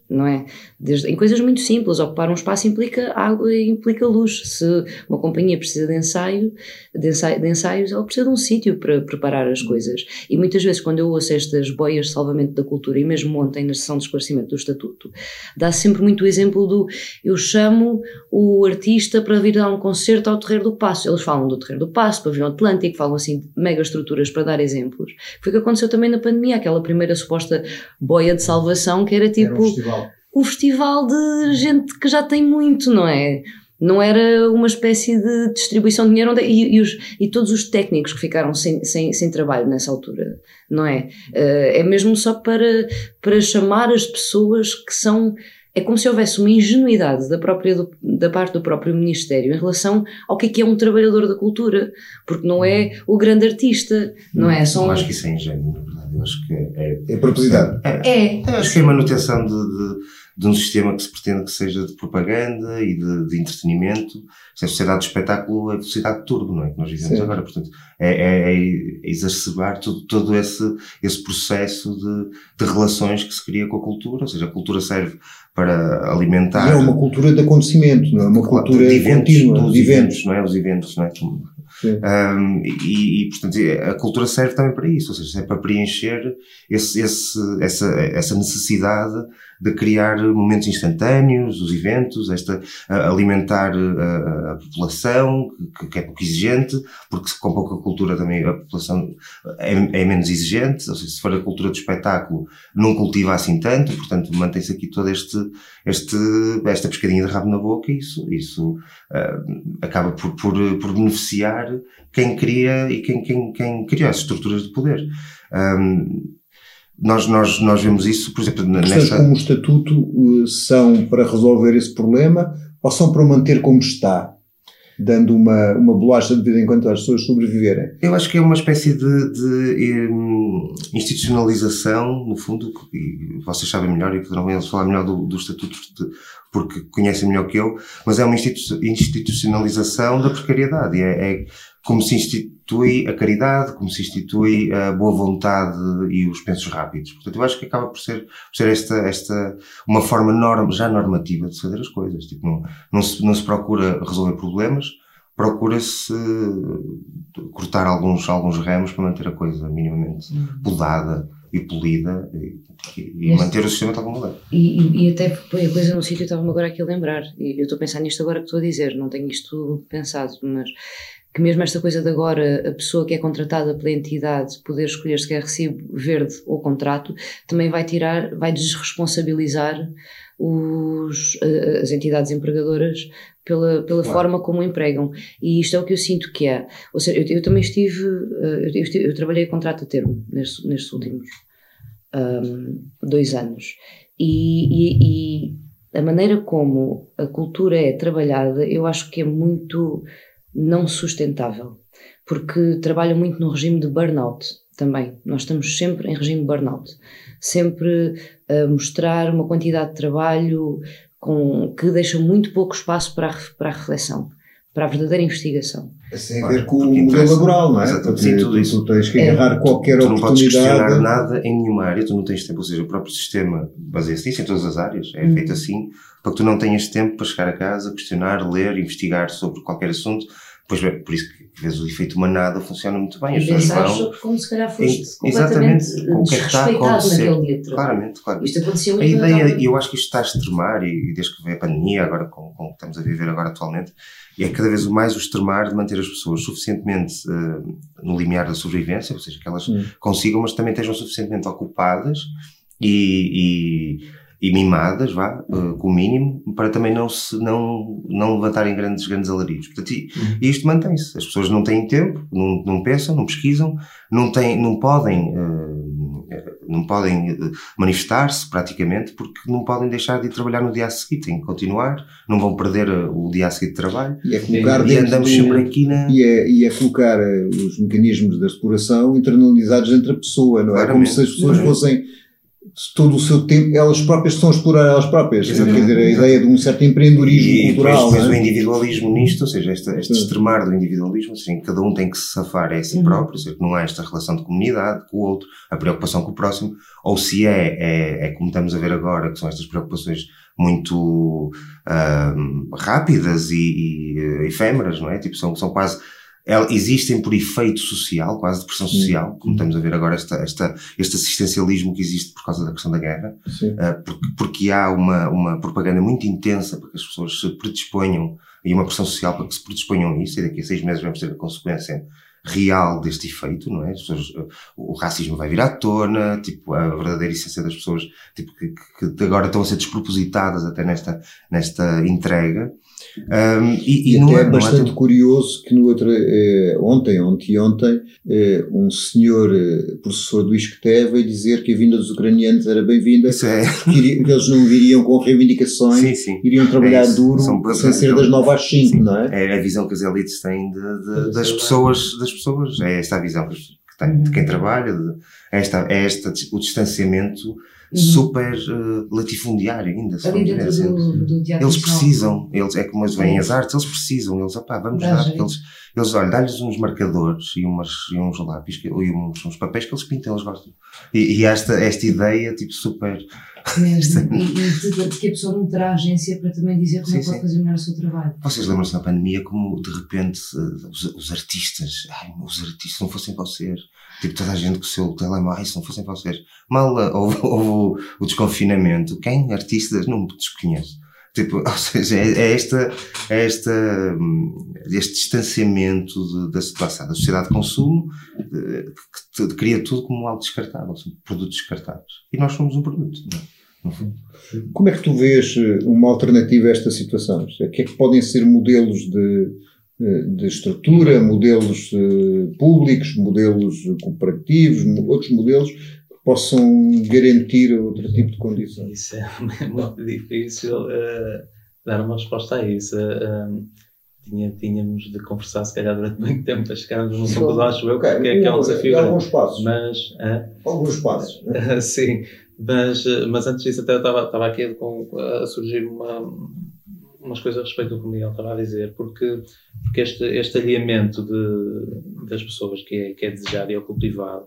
não é? Em coisas muito simples, ocupar um espaço implica água e implica luz. Se uma companhia precisa de ensaios, ela precisa de um sítio para preparar as coisas. E muitas vezes, quando eu ouço estas boias de salvamento da cultura, e mesmo ontem na sessão de esclarecimento do Estatuto, dá sempre muito o exemplo do eu chamo o artista para vir dar um concerto ao Terreiro do Paço. Eles falam do Terreiro do Paço, Pavilhão Atlântico, falam assim de mega estruturas para dar exemplos. Foi o que aconteceu também na pandemia, aquela primeira suposta boia de salvação que era tipo... o festival de gente que já tem muito, não é? Não era uma espécie de distribuição de dinheiro e todos os técnicos que ficaram sem trabalho nessa altura, não é? É mesmo só para chamar as pessoas que são... É como se houvesse uma ingenuidade da parte do próprio Ministério em relação ao que é um trabalhador da cultura, porque não é o grande artista, não é? Eu acho que isso é ingênuo, na verdade. Eu acho que é propositado. Eu acho que é a manutenção de um sistema que se pretende que seja de propaganda e de entretenimento. Se a sociedade do espetáculo é a sociedade de turbo, não é? Que nós vivemos agora. Portanto, é exacerbar todo esse processo de relações que se cria com a cultura. Ou seja, a cultura serve para alimentar... E é uma cultura de acontecimento, não é? Uma cultura de eventos, contínua. De eventos, não é? Os eventos, não é? Portanto, a cultura serve também para isso, ou seja, é para preencher essa necessidade de criar momentos instantâneos, os eventos, alimentar a população, que é pouco exigente, porque com pouca cultura também a população é menos exigente, ou seja, se for a cultura do espetáculo, não cultiva assim tanto, portanto, mantém-se aqui toda esta pescadinha de rabo na boca, e isso acaba por beneficiar quem cria e quem cria as estruturas de poder. Nós vemos isso, por exemplo, questões como o Estatuto são para resolver esse problema ou são para manter como está, dando uma bolacha de vez em quando às pessoas sobreviverem? Eu acho que é uma espécie de institucionalização, no fundo, e vocês sabem melhor e poderão eles falar melhor do Estatuto porque conhecem melhor que eu, mas é uma institucionalização da precariedade. É como se institui a caridade, como se institui a boa vontade e os pensos rápidos. Portanto, eu acho que acaba por ser esta uma forma já normativa de fazer as coisas. Tipo, não se procura resolver problemas, procura-se cortar alguns ramos para manter a coisa minimamente podada e polida e manter o sistema tal como é. E até põe a coisa num sítio, estava-me agora aqui a lembrar, e eu estou a pensar nisto agora que estou a dizer, não tenho isto pensado, mas que mesmo esta coisa de agora a pessoa que é contratada pela entidade poder escolher se quer recibo verde ou contrato, também vai desresponsabilizar as entidades empregadoras pela claro. Forma como empregam. E isto é o que eu sinto que é. Ou seja, eu também eu trabalhei a contrato a termo nestes últimos 2 anos. E a maneira como a cultura é trabalhada, eu acho que é muito não sustentável, porque trabalha muito no regime de burnout também. Nós estamos sempre em regime de burnout, sempre a mostrar uma quantidade de trabalho que deixa muito pouco espaço para a reflexão, para a verdadeira investigação. Tem a ver com o modelo laboral, não é? Sim, tudo isso. Tu tens que agarrar qualquer oportunidade. Tu não podes questionar nada em nenhuma área, tu não tens tempo, ou seja, o próprio sistema baseia-se nisso em todas as áreas, é feito assim, para que tu não tenhas tempo para chegar a casa, questionar, ler, investigar sobre qualquer assunto. Pois é, por isso que às vezes o efeito manada funciona muito bem. As pessoas vão como se calhar foste completamente desrespeitado naquele dia de trabalho. Claramente, claro. Isto aconteceu muito. A ideia, e eu acho que isto está a extremar, e desde que veio a pandemia, agora com o que estamos a viver agora atualmente, é cada vez mais o extremar de manter as pessoas suficientemente no limiar da sobrevivência, ou seja, que elas consigam, mas também estejam suficientemente ocupadas e mimadas, com o mínimo, para também não levantarem grandes alaridos. Portanto, e isto mantém-se. As pessoas não têm tempo, não pensam, não pesquisam, não podem manifestar-se praticamente, porque não podem deixar de ir trabalhar no dia a seguir, têm que continuar, não vão perder o dia a seguir de trabalho. E andamos sempre aqui E é colocar os mecanismos da exploração internalizados entre a pessoa, não é? Como se as pessoas fossem todo o seu tempo, elas próprias estão a explorar elas próprias. Quer dizer, a ideia de um certo empreendedorismo cultural. Depois o individualismo nisto, ou seja, este extremar do individualismo, ou seja, cada um tem que se safar a si próprio, ou seja, que não há esta relação de comunidade com o outro, a preocupação com o próximo, ou se é como estamos a ver agora, que são estas preocupações muito rápidas e efêmeras, não é? Tipo, são quase... existem por efeito social, quase de pressão social, como estamos a ver agora este assistencialismo que existe por causa da questão da guerra, porque há uma propaganda muito intensa para que as pessoas se predisponham, e uma pressão social para que se predisponham a isso, e daqui a 6 meses vamos ter a consequência real deste efeito, não é? As pessoas, o racismo vai vir à tona, tipo, a verdadeira essência das pessoas, tipo, que agora estão a ser despropositadas até nesta entrega. E não é bastante curioso que ontem, um senhor professor do ISCTE veio dizer que a vinda dos ucranianos era bem-vinda, que eles não viriam com reivindicações, iriam trabalhar duro, sem ser das 9 às 5, não é? É a visão que as elites têm das pessoas, é esta a visão que tem de quem trabalha, o distanciamento super latifundiário ainda. Ali dentro do teatro. Eles precisam, é como vêm as artes, eles precisam, vamos dar, eles olha, dá-lhes uns marcadores e uns lápis, e uns papéis que eles pintam, eles gostam. E esta ideia, tipo, super... E que a pessoa não terá agência para também dizer como é que pode fazer melhor o seu trabalho. Vocês lembram-se na pandemia como, de repente, os artistas não fossem vocês. Tipo, toda a gente com o seu telemóvel, se não fossem vocês. Mal houve o desconfinamento. Quem? Artistas? Não desconheço. Tipo, ou seja, este distanciamento da situação, da sociedade de consumo, que cria tudo como algo descartável, são produtos descartáveis. E nós somos um produto, não é? Como é que tu vês uma alternativa a esta situação? O que é que podem ser modelos de estrutura, modelos públicos, modelos cooperativos, outros modelos que possam garantir outro tipo de condições? Isso é muito difícil dar uma resposta a isso. Tínhamos de conversar, se calhar, durante muito tempo para chegarmos numa conclusão, acho eu, que é um desafio. Alguns passos. Alguns passos. Sim, mas antes disso, até eu estava aqui a surgir umas coisas a respeito do que o Miguel estava a dizer, porque este alinhamento das pessoas que é desejado e é cultivado,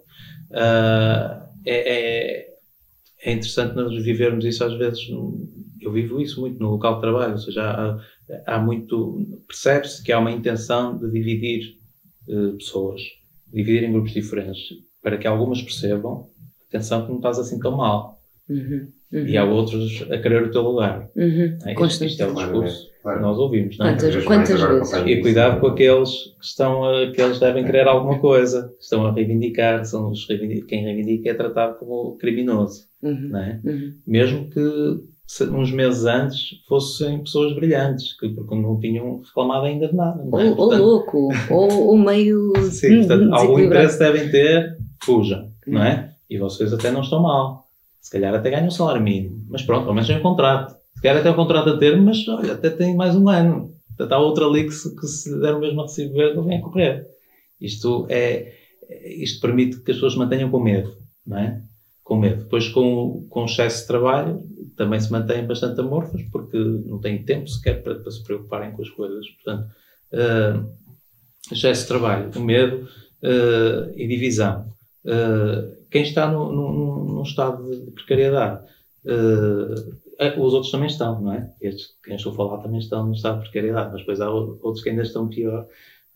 é interessante nós vivermos isso às vezes. Eu vivo isso muito no local de trabalho, ou seja, há muito, percebe-se que há uma intenção de dividir pessoas, dividir em grupos diferentes, para que algumas percebam, atenção, que não estás assim tão mal. E há outros a querer o teu lugar. Isto é um discurso que nós ouvimos, não é? Quantas vezes? E cuidado com aqueles que eles devem querer alguma coisa, que estão a reivindicar, quem reivindica é tratado como criminoso, não é? Mesmo que uns meses antes fossem pessoas brilhantes, porque não tinham reclamado ainda de nada. Não é? Ou louco, ou meio... Sim, portanto, algum interesse devem ter, fujam, não é? E vocês até não estão mal. Se calhar até ganham um salário mínimo. Mas pronto, pelo menos tem um contrato. Se calhar até um contrato a termo, mas olha, até tem mais um ano. Portanto, há outra ali que se der o mesmo a recibo verde, não vem a correr. Isto permite que as pessoas se mantenham com medo, não é? Com medo. Depois, com excesso de trabalho, também se mantêm bastante amorfas, porque não têm tempo sequer para se preocuparem com as coisas. Portanto, excesso de trabalho, o medo e divisão. Quem está num estado de precariedade, os outros também estão, não é? Quem estou a falar também estão num estado de precariedade, mas depois há outros que ainda estão pior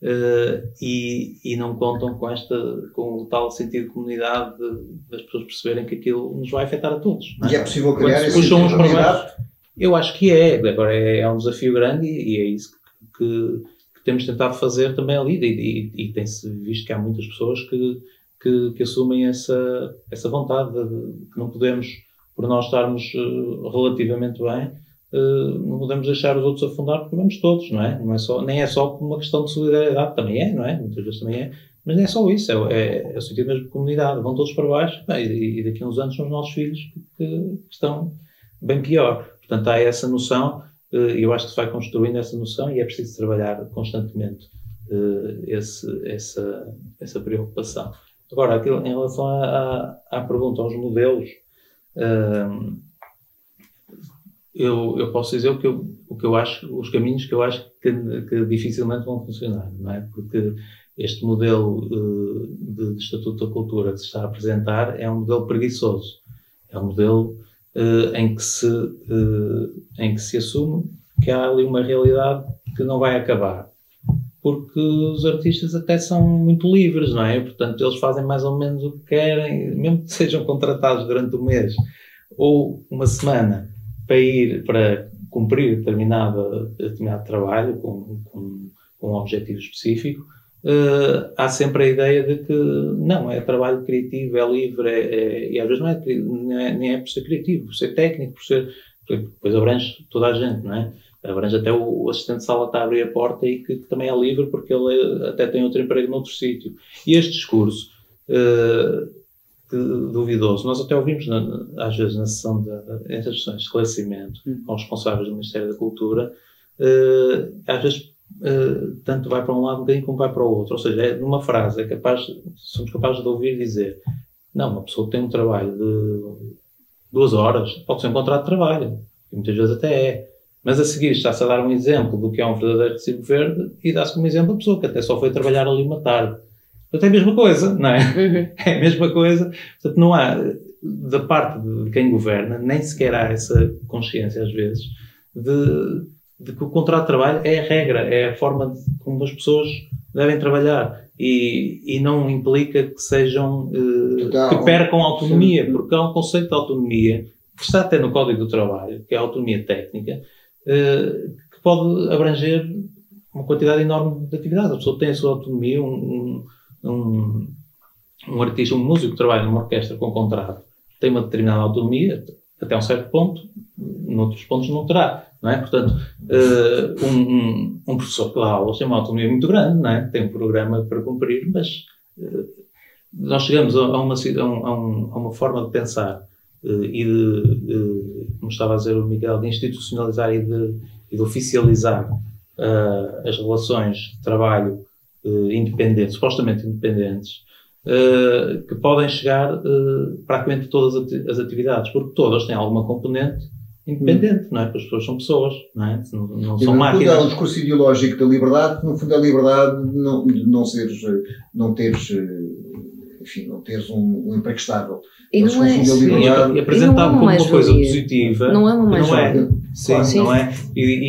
e não contam com o tal sentido de comunidade das pessoas perceberem que aquilo nos vai afetar a todos. Não é? E é possível criar essa comunidade? Eu acho que é. Agora é um desafio grande e é isso que temos tentado fazer também ali e tem-se visto que há muitas pessoas que assumem essa vontade de que não podemos, por nós estarmos relativamente bem, não podemos deixar os outros afundar porque vamos todos, não é? Nem é só uma questão de solidariedade, também é, não é? Muitas vezes também é, mas não é só isso, é o sentido mesmo de comunidade, vão todos para baixo e daqui a uns anos são os nossos filhos que estão bem pior. Portanto, há essa noção, e eu acho que se vai construindo essa noção e é preciso trabalhar constantemente essa preocupação. Agora, em relação à pergunta aos modelos, Eu posso dizer o que eu acho, os caminhos que eu acho que dificilmente vão funcionar, não é? Porque este modelo de Estatuto da Cultura que se está a apresentar é um modelo preguiçoso. É um modelo em que se assume que há ali uma realidade que não vai acabar. Porque os artistas até são muito livres, não é? Portanto, eles fazem mais ou menos o que querem, mesmo que sejam contratados durante um mês ou uma semana para cumprir determinado trabalho com um objetivo específico. Há sempre a ideia de que não, é trabalho criativo, é livre, e às vezes nem é por ser criativo, por ser técnico, porque depois abrange toda a gente, não é? Abrange até o assistente de sala que está a abrir a porta e que também é livre porque ele até tem outro emprego noutro sítio. E este discurso duvidoso, nós até ouvimos às vezes na sessão entre as sessões de esclarecimento com os responsáveis do Ministério da Cultura, às vezes tanto vai para um lado como vai para o outro, ou seja, numa frase somos capazes de ouvir dizer, não, uma pessoa que tem um trabalho de 2 horas pode ser um contrato de trabalho, e muitas vezes até é, mas a seguir está-se a dar um exemplo do que é um verdadeiro recibo verde e dá-se como exemplo a pessoa que até só foi trabalhar ali uma tarde. Portanto, é a mesma coisa, não é? É a mesma coisa. Portanto, não há, da parte de quem governa, nem sequer há essa consciência, às vezes, de que o contrato de trabalho é a regra, é a forma como as pessoas devem trabalhar. E não implica que sejam, que percam autonomia, porque há um conceito de autonomia que está até no Código do Trabalho, que é a autonomia técnica, que pode abranger uma quantidade enorme de atividades. A pessoa tem a sua autonomia, um artista, um músico que trabalha numa orquestra com contrato tem uma determinada autonomia até um certo ponto, noutros pontos não terá, não é? Portanto, um professor que dá aulas tem uma autonomia muito grande, não é? Tem um programa para cumprir, mas nós chegamos a uma forma de pensar como estava a dizer o Miguel, de institucionalizar e de oficializar as relações de trabalho independentes, supostamente independentes, que podem chegar praticamente a todas as atividades, porque todas têm alguma componente independente, não é? Porque as pessoas são pessoas, não é? Não são máquinas. É um discurso ideológico da liberdade, que no fundo é a liberdade de não teres um emprego estável. E não é, e apresentado como uma coisa positiva. Não é uma mais-valia. Sim, não é?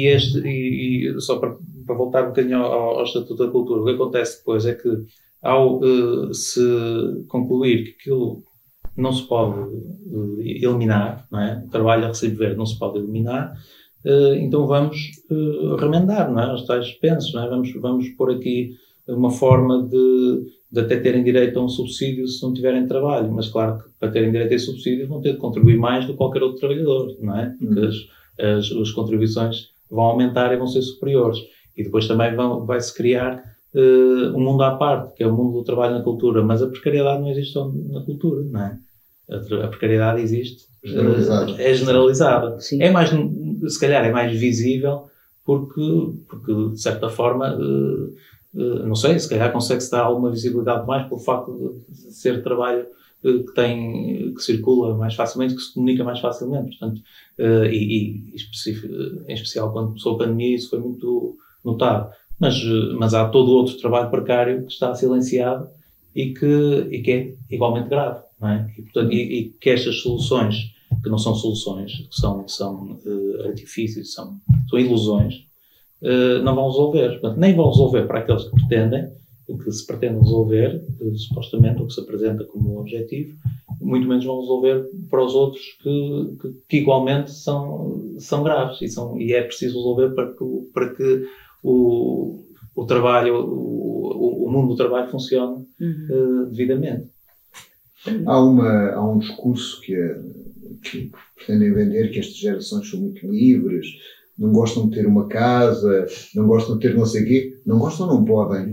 E só para voltar um bocadinho ao Estatuto da Cultura, o que acontece depois é que, ao se concluir que aquilo não se pode eliminar, não é? O trabalho a recibo verde não se pode eliminar, então vamos remendar, não é? Os tais pensos, não é? Vamos pôr aqui uma forma de até terem direito a um subsídio se não tiverem trabalho, mas claro que para terem direito a esse subsídio vão ter de contribuir mais do que qualquer outro trabalhador, não é? Porque as contribuições vão aumentar e vão ser superiores. E depois também vai-se criar um mundo à parte, que é o mundo do trabalho na cultura, mas a precariedade não existe só na cultura, não é? A precariedade existe, é generalizada. Sim. É mais, se calhar é mais visível porque de certa forma, não sei, se calhar consegue-se dar alguma visibilidade mais pelo facto de ser trabalho que circula mais facilmente, que se comunica mais facilmente, portanto, em especial quando começou a pandemia, isso foi muito notado. Mas há todo outro trabalho precário que está silenciado e que é igualmente grave, não é? E, portanto, e que estas soluções, que não são soluções, que são artifícios, são ilusões, não vão resolver. Portanto, nem vão resolver para aqueles que pretendem, o que se pretende resolver, supostamente, o que se apresenta como objetivo, muito menos vão resolver para os outros que igualmente são graves e é preciso resolver para que o trabalho, o mundo do trabalho funcione devidamente. Há um discurso que pretendem vender que estas gerações são muito livres, não gostam de ter uma casa, não gostam de ter não sei o quê. Não gostam ou não podem?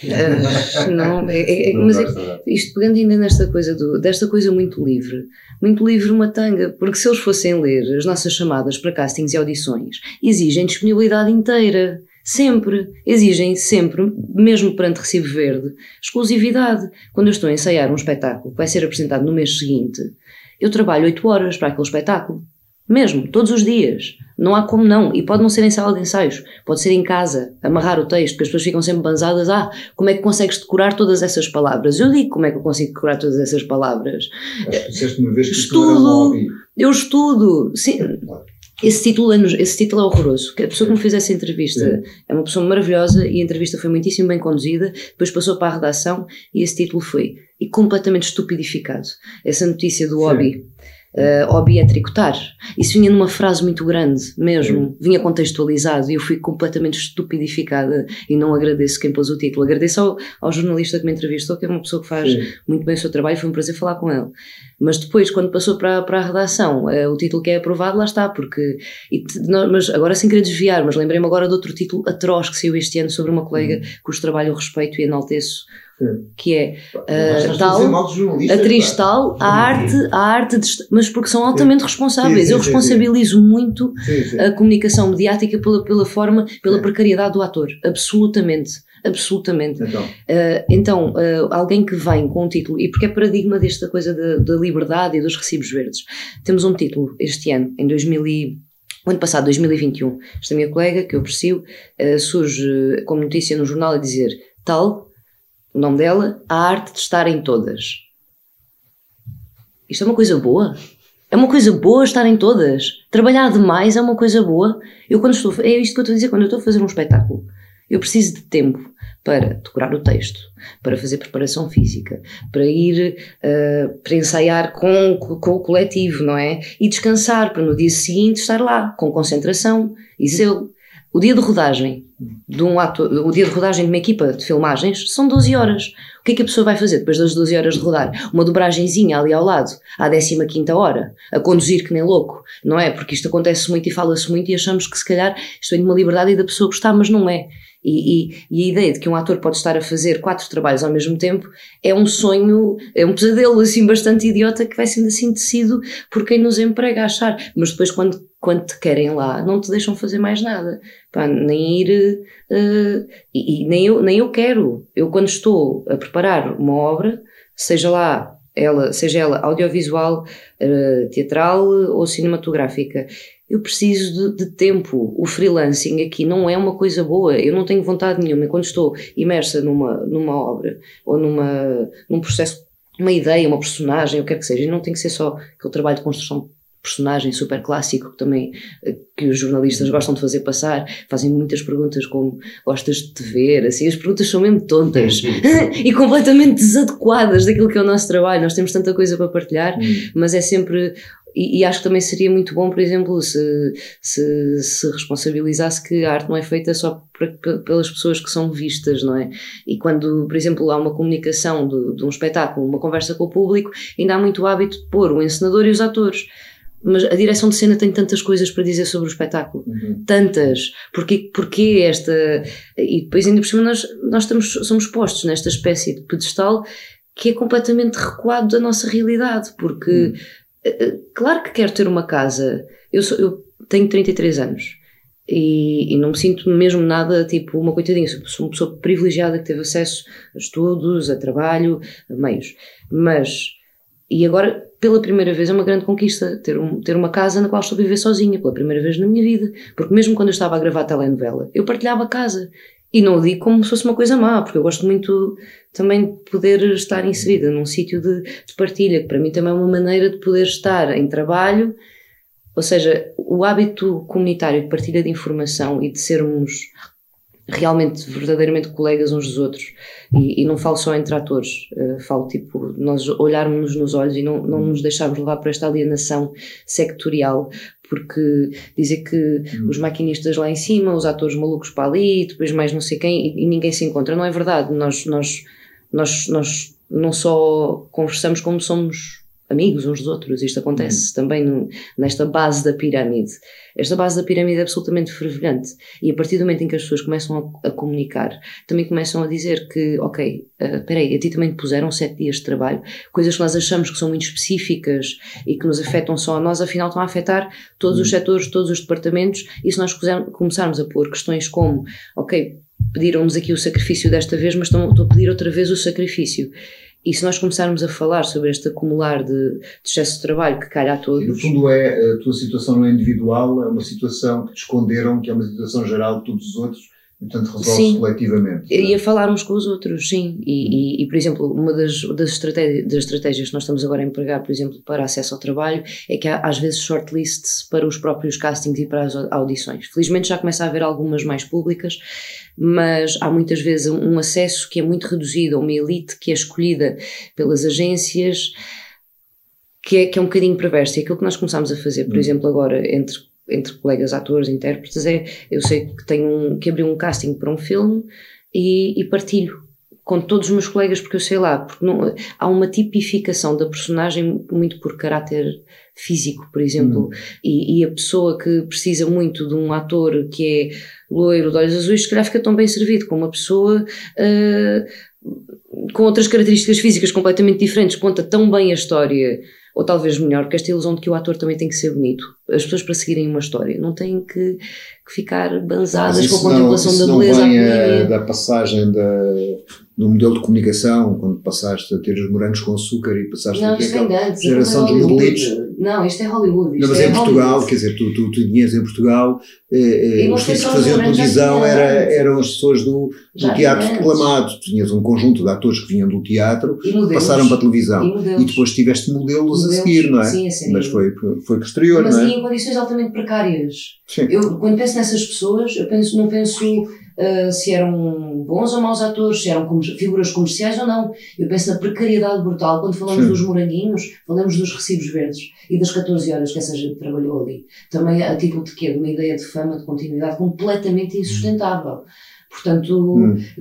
Isto pegando ainda nesta coisa desta coisa muito livre uma tanga, porque se eles fossem ler as nossas chamadas para castings e audições, exigem disponibilidade inteira. Exigem sempre, mesmo perante recibo verde, exclusividade. Quando eu estou a ensaiar um espetáculo que vai ser apresentado no mês seguinte, eu trabalho 8 horas para aquele espetáculo. Mesmo, todos os dias. Não há como não. E pode não ser em sala de ensaios. Pode ser em casa, amarrar o texto, porque as pessoas ficam sempre banzadas. Como é que consegues decorar todas essas palavras? Eu digo como é que eu consigo decorar todas essas palavras. Acho que disseste uma vez que estudo, eu estudo. Sim. Esse título é horroroso. A pessoa que me fez essa entrevista é uma pessoa maravilhosa e a entrevista foi muitíssimo bem conduzida. Depois passou para a redação e esse título foi completamente estupidificado. Essa notícia do hobby. Hobby é tricotar. Isso vinha numa frase muito grande mesmo, vinha contextualizado e eu fui completamente estupidificada e não agradeço quem pôs o título. Agradeço ao jornalista que me entrevistou, que é uma pessoa que faz muito bem o seu trabalho, foi um prazer falar com ele. Mas depois, quando passou para a redação, o título que é aprovado, lá está, porque mas agora sem querer desviar, mas lembrei-me agora de outro título atroz que saiu este ano sobre uma colega cujo trabalho eu respeito e enalteço, que é a atriz tal, a arte mas porque são altamente responsáveis. Eu responsabilizo muito a comunicação mediática pela forma, pela precariedade do ator, absolutamente. Então, alguém que vem com um título, e porque é paradigma desta coisa da liberdade e dos recibos verdes, temos um título este ano, o ano passado, 2021, esta minha colega, que eu aprecio, surge como notícia no jornal a dizer o nome dela, a arte de estar em todas. Isto é uma coisa boa? É uma coisa boa estar em todas? Trabalhar demais é uma coisa boa? É isto que eu estou a dizer, quando eu estou a fazer um espetáculo, eu preciso de tempo para decorar o texto, para fazer preparação física, para ir para ensaiar com o coletivo, não é? E descansar, para no dia seguinte estar lá, com concentração e zelo. O dia de rodagem de um ator, o dia de rodagem de uma equipa de filmagens são 12 horas. O que é que a pessoa vai fazer depois das 12 horas de rodar? Uma dobragenzinha ali ao lado, à 15ª hora, a conduzir que nem louco, não é? Porque isto acontece muito e fala-se muito e achamos que se calhar isto vem de uma liberdade e da pessoa gostar, mas não é. E a ideia de que um ator pode estar a fazer 4 trabalhos ao mesmo tempo é um sonho, é um pesadelo assim bastante idiota que vai sendo assim tecido por quem nos emprega a achar, mas depois quando te querem lá não te deixam fazer mais nada, nem ir e nem eu quero. Eu quando estou a preparar uma obra, seja ela audiovisual, teatral ou cinematográfica, eu preciso de tempo. O freelancing aqui não é uma coisa boa, eu não tenho vontade nenhuma. Quando estou imersa numa obra ou num processo, uma ideia, uma personagem, o que quer que seja, e não tem que ser só aquele trabalho de construção de personagem super clássico que os jornalistas gostam de fazer passar, fazem muitas perguntas como gostas de te ver, assim, as perguntas são mesmo tontas e completamente desadequadas daquilo que é o nosso trabalho. Nós temos tanta coisa para partilhar, mas é sempre... E acho que também seria muito bom, por exemplo, se responsabilizasse que a arte não é feita só pelas pessoas que são vistas, não é? E quando, por exemplo, há uma comunicação de um espetáculo, uma conversa com o público, ainda há muito hábito de pôr o encenador e os atores. Mas a direção de cena tem tantas coisas para dizer sobre o espetáculo. Tantas. Porquê esta... E depois ainda por cima nós somos postos nesta espécie de pedestal que é completamente recuado da nossa realidade, porque... Claro que quero ter uma casa. Eu tenho 33 anos e não me sinto mesmo nada tipo uma coitadinha. Sou uma pessoa privilegiada que teve acesso a estudos, a trabalho, a meios. E agora, pela primeira vez, é uma grande conquista ter uma casa na qual estou a viver sozinha, pela primeira vez na minha vida. Porque mesmo quando eu estava a gravar a telenovela, eu partilhava a casa. E não o digo como se fosse uma coisa má, porque eu gosto muito também de poder estar inserida num sítio de partilha, que para mim também é uma maneira de poder estar em trabalho, ou seja, o hábito comunitário de partilha de informação e de sermos realmente, verdadeiramente colegas uns dos outros, e não falo só entre atores, falo tipo, nós olharmos nos olhos e não nos deixarmos levar por esta alienação sectorial, porque dizer que os maquinistas lá em cima, os atores malucos para ali, depois mais não sei quem, e ninguém se encontra, não é verdade. Nós não só conversamos como somos amigos uns dos outros. Isto acontece também nesta base da pirâmide. Esta base da pirâmide é absolutamente fervilhante, e a partir do momento em que as pessoas começam a comunicar, também começam a dizer que, ok, espera aí, a ti também te puseram 7 dias de trabalho, coisas que nós achamos que são muito específicas e que nos afetam só a nós, afinal estão a afetar todos os setores, todos os departamentos, e se nós começarmos a pôr questões como, ok, pediram-nos aqui o sacrifício desta vez, mas estão a pedir outra vez o sacrifício. E se nós começarmos a falar sobre este acumular de excesso de trabalho que calha a todos... E no fundo a tua situação não é individual, é uma situação que te esconderam, que é uma situação geral de todos os outros, e portanto resolve-se coletivamente. E a falar uns com os outros, sim. E por exemplo, uma das estratégias que nós estamos agora a empregar, por exemplo, para acesso ao trabalho, é que há às vezes shortlists para os próprios castings e para as audições. Felizmente já começa a haver algumas mais públicas, mas há muitas vezes um acesso que é muito reduzido a uma elite que é escolhida pelas agências, que é um bocadinho perverso. E aquilo que nós começámos a fazer, por exemplo, agora entre colegas atores, intérpretes, eu sei que tenho que abrir um casting para um filme e partilho com todos os meus colegas, porque eu sei lá, porque não, há uma tipificação da personagem muito por caráter físico, por exemplo, e a pessoa que precisa muito de um ator que é loiro, de olhos azuis, se calhar fica tão bem servido com uma pessoa com outras características físicas completamente diferentes, conta tão bem a história, ou talvez melhor, porque esta ilusão de que o ator também tem que ser bonito. As pessoas, para seguirem uma história, não têm que ficar banzadas com a contemplação da beleza. Não vem da passagem do modelo de comunicação, quando passaste a ter os morangos com açúcar e passaste a ter aquela geração de modelitos. Não, isto é Hollywood. Não, mas em Portugal, quer dizer, tu tinhas em Portugal, os tipos que faziam televisão eram as pessoas do teatro declamado. Tu tinhas um conjunto de atores que vinham do teatro, passaram para a televisão. E depois tiveste modelos a seguir, não é? Sim, mas foi posterior, mas não é? Mas em condições altamente precárias. Sim. Eu, quando penso nessas pessoas, não penso se eram bons ou maus atores, se eram figuras comerciais ou não. Eu penso na precariedade brutal. Quando falamos dos moranguinhos, falamos dos recibos verdes e das 14 horas que essa gente trabalhou ali. Também a título de quê? De uma ideia de fama, de continuidade completamente insustentável. Portanto,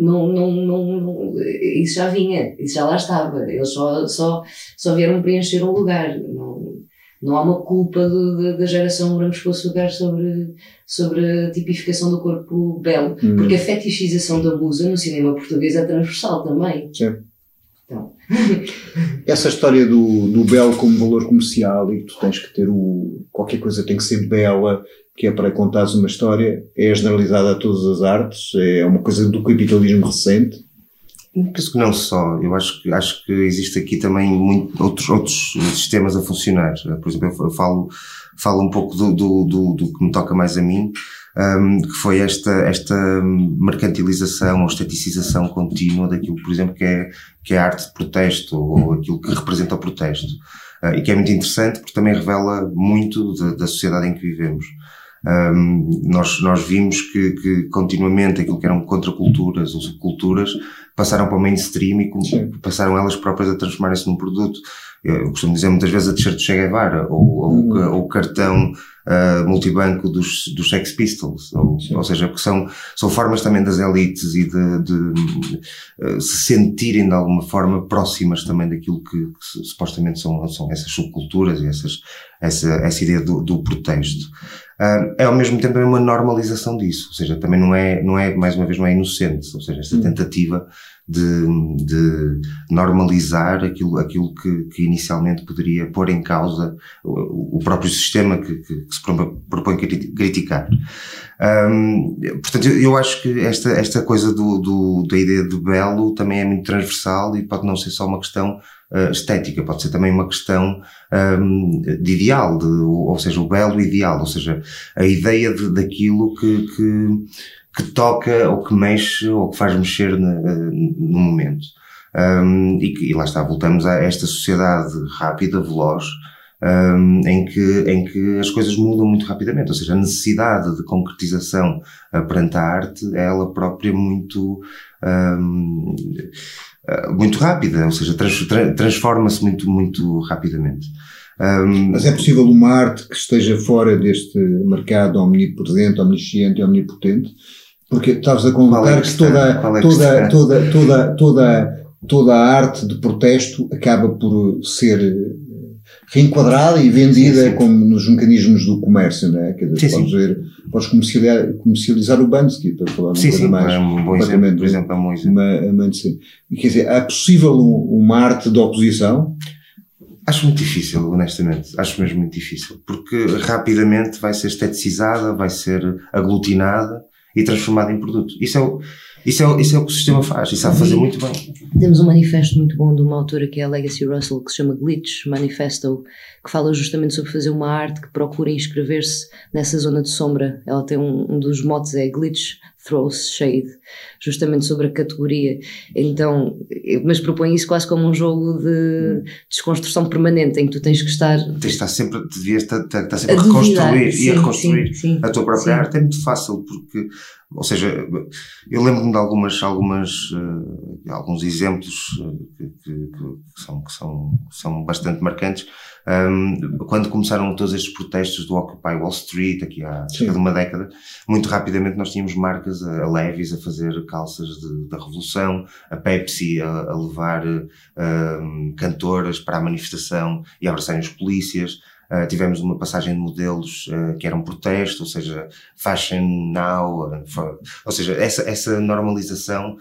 não, isso já vinha, isso já lá estava. Eles só vieram preencher um lugar. Não há uma culpa da geração Morangos com Açúcar sobre a tipificação do corpo belo, porque a fetichização da musa no cinema português é transversal também. Sim. Então. Essa história do belo como valor comercial e que tu tens que ter qualquer coisa tem que ser bela, que é para contares uma história, é generalizada a todas as artes, é uma coisa do capitalismo recente. Penso que não só, eu acho que existe aqui também outros sistemas a funcionar. Por exemplo, eu falo um pouco do que me toca mais a mim, que foi esta mercantilização ou esteticização contínua daquilo, por exemplo, que é a arte de protesto ou aquilo que representa o protesto. E que é muito interessante porque também revela muito da sociedade em que vivemos. Nós vimos que continuamente aquilo que eram contraculturas ou subculturas passaram para o mainstream e passaram elas próprias a transformarem-se num produto. Eu costumo dizer muitas vezes a t-shirt do Che Guevara ou o cartão multibanco dos Sex Pistols, ou seja, porque são formas também das elites e de se sentirem de alguma forma próximas também daquilo que supostamente são essas subculturas e essa ideia do protesto. É ao mesmo tempo uma normalização disso, ou seja, também não é mais uma vez não é inocente, ou seja, esta tentativa de normalizar aquilo que inicialmente poderia pôr em causa o próprio sistema que se propõe criticar. Portanto, eu acho que esta coisa da ideia de belo também é muito transversal e pode não ser só uma questão estética, pode ser também uma questão de ideal, ou seja, o belo ideal, ou seja, a ideia daquilo que toca ou que mexe ou que faz mexer no momento. E lá está, voltamos a esta sociedade rápida, veloz, em que as coisas mudam muito rapidamente, ou seja, a necessidade de concretização perante a arte é ela própria muito rápida, ou seja, transforma-se muito rapidamente. Mas é possível uma arte que esteja fora deste mercado omnipresente, omnisciente e omnipotente? Porque estavas a colocar que toda a arte de protesto acaba por ser reenquadrada e vendida como nos mecanismos do comércio, não é? Quer dizer, podes comercializar o Banksy, para falar uma coisa mais. É um bom exemplo, por exemplo, é um bom exemplo. Quer dizer, é possível uma arte de oposição? Acho muito difícil, honestamente. Acho mesmo muito difícil. Porque rapidamente vai ser esteticizada, vai ser aglutinada e transformada em produto. Isso é o que o sistema faz. E sabe fazer muito bem. Temos um manifesto muito bom de uma autora que é a Legacy Russell, que se chama Glitch Manifesto, que fala justamente sobre fazer uma arte que procura inscrever-se nessa zona de sombra. Ela tem um dos motes é Glitch Throws Shade, justamente sobre a categoria. Então, mas propõe isso quase como um jogo de desconstrução permanente, em que tu tens que estar... Devias estar sempre a reconstruir e a reconstruir a tua própria arte. É muito fácil, porque, ou seja, eu lembro-me de alguns exemplos que são bastante marcantes. Quando começaram todos estes protestos do Occupy Wall Street, aqui há cerca de uma década, muito rapidamente nós tínhamos marcas, a Levi's a fazer calças da Revolução, a Pepsi a levar cantoras para a manifestação e a abraçarem os polícias. Tivemos uma passagem de modelos que era um protesto, ou seja, Fashion Now, ou seja, essa normalização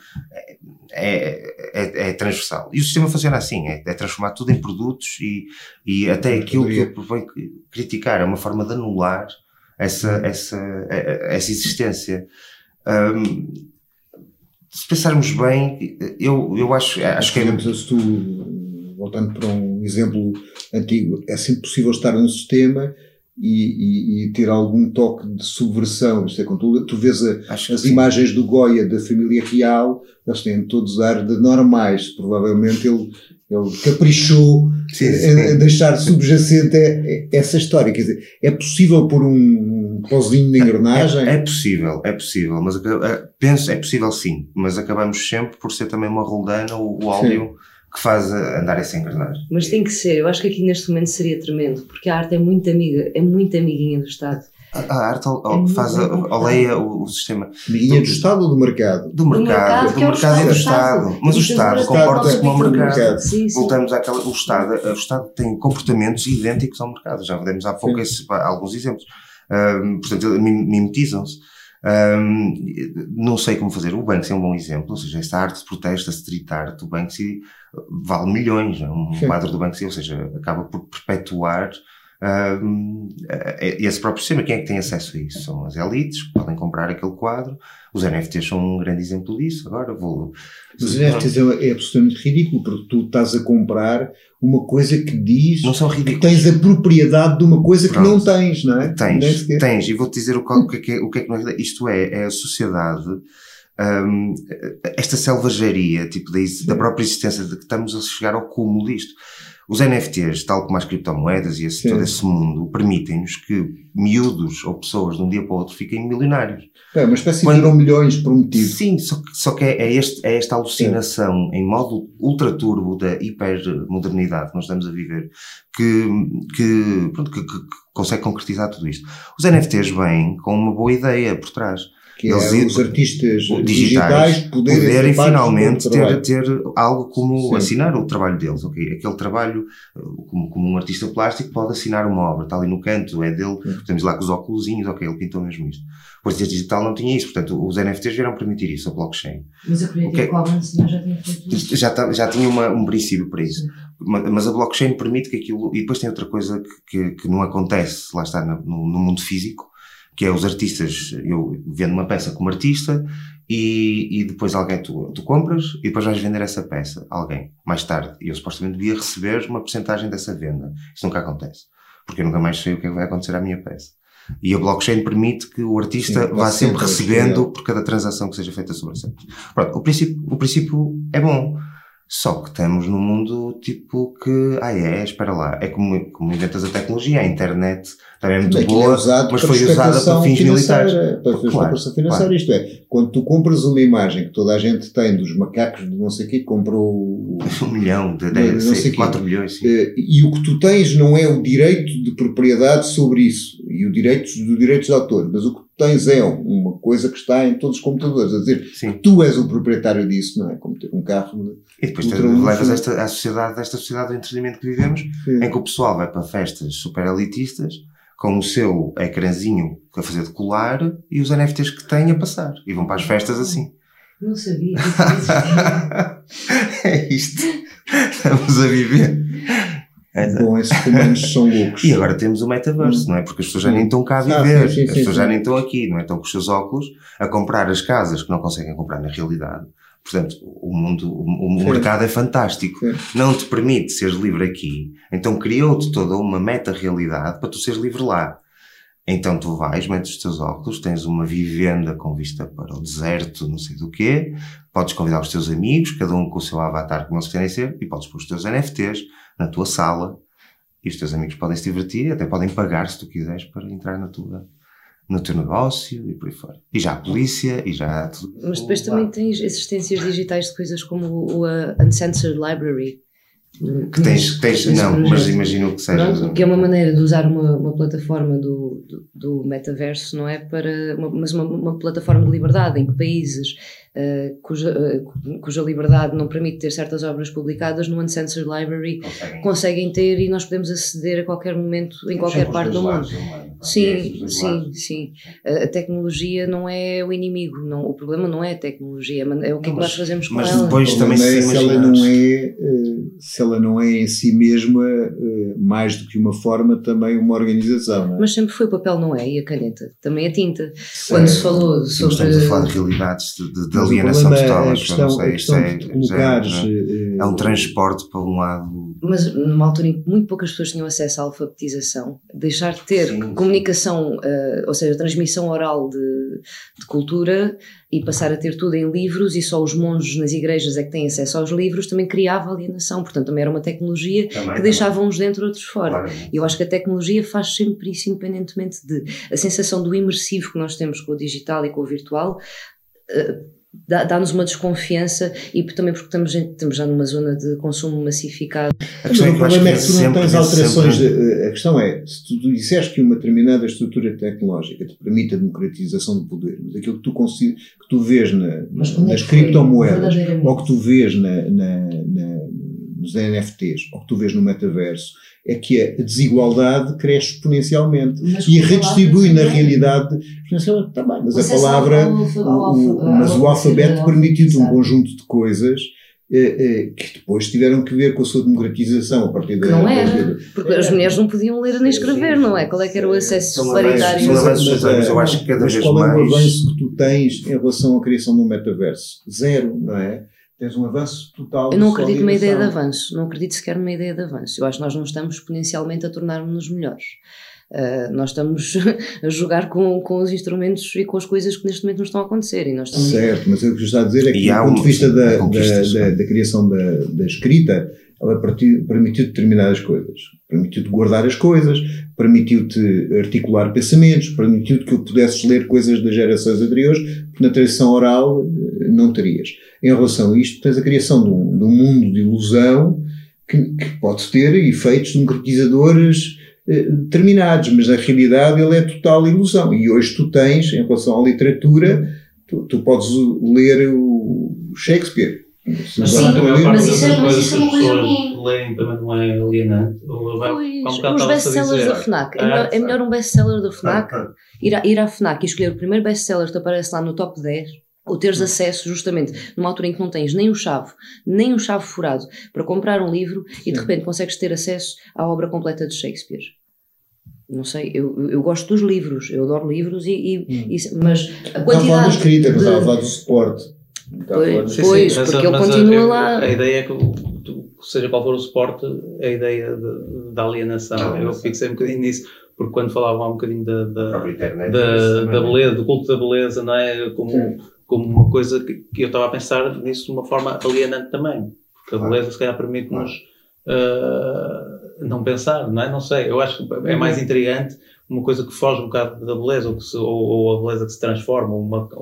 é transversal. E o sistema funciona assim, é transformar tudo em produtos e até aquilo que eu proponho criticar é uma forma de anular essa existência. Se pensarmos bem, eu acho que é... Se tu, voltando para um exemplo antigo, é sempre possível estar num sistema e ter algum toque de subversão. Isto é, quando tu vês as imagens do Goya da família real, eles têm todos ar de normais. Provavelmente ele caprichou em deixar subjacente essa história. Quer dizer, é possível pôr um pozinho de engrenagem? É possível, mas penso, é possível sim, mas acabamos sempre por ser também uma roldana, o óleo que faz andar essa engrenagem. Mas tem que ser, eu acho que aqui neste momento seria tremendo, porque a arte é muito amiguinha do Estado. A arte oleia o sistema. Amiguinha do Estado ou do mercado? Do mercado e do Estado. Mas o Estado comporta-se como o mercado. Voltamos àquela... O Estado tem comportamentos idênticos ao mercado. Já demos há pouco alguns exemplos. Portanto, mimetizam-se. Não sei como fazer. O Banksy é um bom exemplo, ou seja, esta arte de protesto, a street art, o Banksy vale milhões, quadro do Banksy, ou seja, acaba por perpetuar esse próprio sistema. Quem é que tem acesso a isso? São as elites que podem comprar aquele quadro. Os NFTs são um grande exemplo disso. Agora os NFTs é absolutamente ridículo, porque tu estás a comprar uma coisa que diz não são que tens a propriedade de uma coisa que não tens, não é? Tens, e vou-te dizer o que é que não é. Isto é a sociedade, esta selvageria, tipo da própria existência, de que estamos a chegar ao cúmulo disto. Os NFTs, tal como as criptomoedas e todo esse mundo, permitem-nos que miúdos ou pessoas de um dia para o outro fiquem milionários. É uma espécie de duram milhões por um motivo. Sim, só que é esta alucinação em modo ultra turbo da hipermodernidade que nós estamos a viver que consegue concretizar tudo isto. Os NFTs vêm com uma boa ideia por trás. Que é os artistas digitais poderem finalmente ter algo como assinar o trabalho deles. Okay? Aquele trabalho, como um artista plástico pode assinar uma obra, está ali no canto, é dele, temos lá com os óculosinhos, ok, ele pintou mesmo isto. O artista digital não tinha isso, portanto os NFTs vieram permitir isso, a blockchain. Mas a Creative Commons já tinha feito isso? Já tinha um princípio para isso. Mas a blockchain permite que aquilo... E depois tem outra coisa que não acontece, lá está, no mundo físico, que é os artistas, eu vendo uma peça como artista e depois alguém tu compras e depois vais vender essa peça a alguém, mais tarde. E eu supostamente devia receber uma porcentagem dessa venda. Isso nunca acontece. Porque eu nunca mais sei o que é que vai acontecer à minha peça. E a blockchain permite que o artista vá sempre recebendo por cada transação que seja feita sobre essa peça. Pronto, o princípio é bom. Só que estamos num mundo tipo que, espera lá, é como inventas a tecnologia, a internet também é muito boa, mas foi usada para fins militares. Para especulação financeira, isto é, quando tu compras uma imagem que toda a gente tem dos macacos de não sei o quê, comprou 1 milhão, 4 milhões, sim. E o que tu tens não é o direito de propriedade sobre isso, e o direitos de autor, mas o que tu tens é uma coisa que está em todos os computadores, a dizer, tu és o proprietário disso, não é? Como ter um carro... E depois levas esta sociedade do entretenimento que vivemos, em que o pessoal vai para festas super elitistas, com o seu ecrãzinho a fazer de colar e os NFTs que têm a passar. E vão para as festas assim. Não sabia. É isto. Estamos a viver. Bom, esses comandos são loucos. E agora temos o metaverso, não é? Porque as pessoas já nem estão cá a viver. As pessoas já nem estão aqui, não é? Estão com os seus óculos a comprar as casas que não conseguem comprar na realidade. Portanto, o mercado é fantástico. Não te permite seres livre aqui. Então criou-te toda uma meta-realidade para tu seres livre lá. Então tu vais, metes os teus óculos, tens uma vivenda com vista para o deserto, não sei do quê, podes convidar os teus amigos, cada um com o seu avatar como eles querem ser, e podes pôr os teus NFTs na tua sala, e os teus amigos podem se divertir, e até podem pagar, se tu quiseres, para entrar no teu negócio e por aí fora. E já a polícia, e já tudo. Mas depois também tens existências digitais de coisas como o Uncensored Library. Que tens não, mas imagino que seja. Pronto, que é uma maneira de usar uma plataforma do metaverso, não é? Mas uma plataforma de liberdade, em que países cuja liberdade não permite ter certas obras publicadas no Uncensored Library conseguem ter, e nós podemos aceder a qualquer momento, em qualquer parte do mundo. Sim. A tecnologia não é o inimigo, não, o problema não é a tecnologia, é o que é que nós fazemos com ela. Mas depois também se ela não é em si mesma mais do que uma forma, também uma organização, não é? Mas sempre foi, o papel não é, e a caneta, também a tinta. Quando se falou sobre... Estamos a falar de realidades de alienação total. A questão de colocares... É um transporte para um lado... Mas numa altura em que muito poucas pessoas tinham acesso à alfabetização, deixar de ter comunicação, ou seja, transmissão oral de cultura, e passar a ter tudo em livros, e só os monges nas igrejas é que têm acesso aos livros, também criava alienação. Portanto, também era uma tecnologia que deixava uns dentro, outros fora. E eu acho que a tecnologia faz sempre isso, independentemente de... A sensação do imersivo que nós temos com o digital e com o virtual... dá-nos uma desconfiança, e também porque estamos já numa zona de consumo massificado. O problema é que tu não tens alterações. A questão é, se tu disseres que uma determinada estrutura tecnológica te permite a democratização do poder, mas aquilo que tu vês nas criptomoedas, ou que tu vês nos NFTs, ou que tu vês no metaverso, é que a desigualdade cresce exponencialmente e redistribui na realidade exponencialmente também. Mas a palavra, mas o alfabeto permitiu-te um conjunto de coisas que depois tiveram que ver com a sua democratização a partir da... Não era, porque as mulheres não podiam ler nem escrever, não é? Qual é que era o acesso paritário? Mas eu acho que cada vez mais... Qual é o avanço que tu tens em relação à criação do metaverso? Zero, não é? Tens um avanço total. Eu não acredito numa ideia de avanço, não acredito sequer numa ideia de avanço. Eu acho que nós não estamos exponencialmente a tornar-nos melhores. Nós estamos a jogar com os instrumentos e com as coisas que neste momento não estão a acontecer. E nós estamos... Certo, mas o que eu estou a dizer é que, do ponto de vista da criação da escrita, ela permitiu determinadas coisas. Permitiu-te guardar as coisas, permitiu-te articular pensamentos, permitiu-te que pudesses ler coisas das gerações anteriores, que na tradição oral não terias. Em relação a isto, tens a criação de um mundo de ilusão que pode ter efeitos democratizadores determinados, mas na realidade ele é total ilusão. E hoje tu tens, em relação à literatura, tu podes ler o Shakespeare. Mas isso é uma coisa que leem também não é alienante. Os best-sellers da FNAC. É melhor um best-seller da FNAC ir à FNAC e escolher o primeiro best-seller que te aparece lá no top 10, ou teres acesso justamente numa altura em que não tens nem um chave furado para comprar um livro e de repente consegues ter acesso à obra completa de Shakespeare. Não sei, eu gosto dos livros, eu adoro livros, mas a quantidade... Não estava a falar da escrita, mas estava a falar do suporte. Pois, porque ele continua lá. A ideia é que, seja qual for o suporte, a ideia da alienação, eu fixei um bocadinho nisso, porque quando falavam há um bocadinho da beleza, do culto da beleza, não é? Como uma coisa que eu estava a pensar nisso de uma forma alienante também, porque a beleza se calhar permite-nos não pensar, não é? Não sei, eu acho que é mais intrigante uma coisa que foge um bocado da beleza, ou a beleza que se transforma,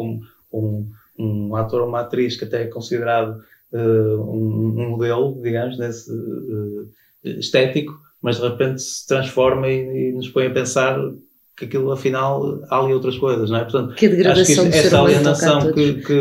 um ator ou uma atriz que até é considerado um modelo, digamos, nesse estético, mas de repente se transforma e nos põe a pensar que aquilo afinal há ali outras coisas, não é? Portanto, que a degradação acho que essa alienação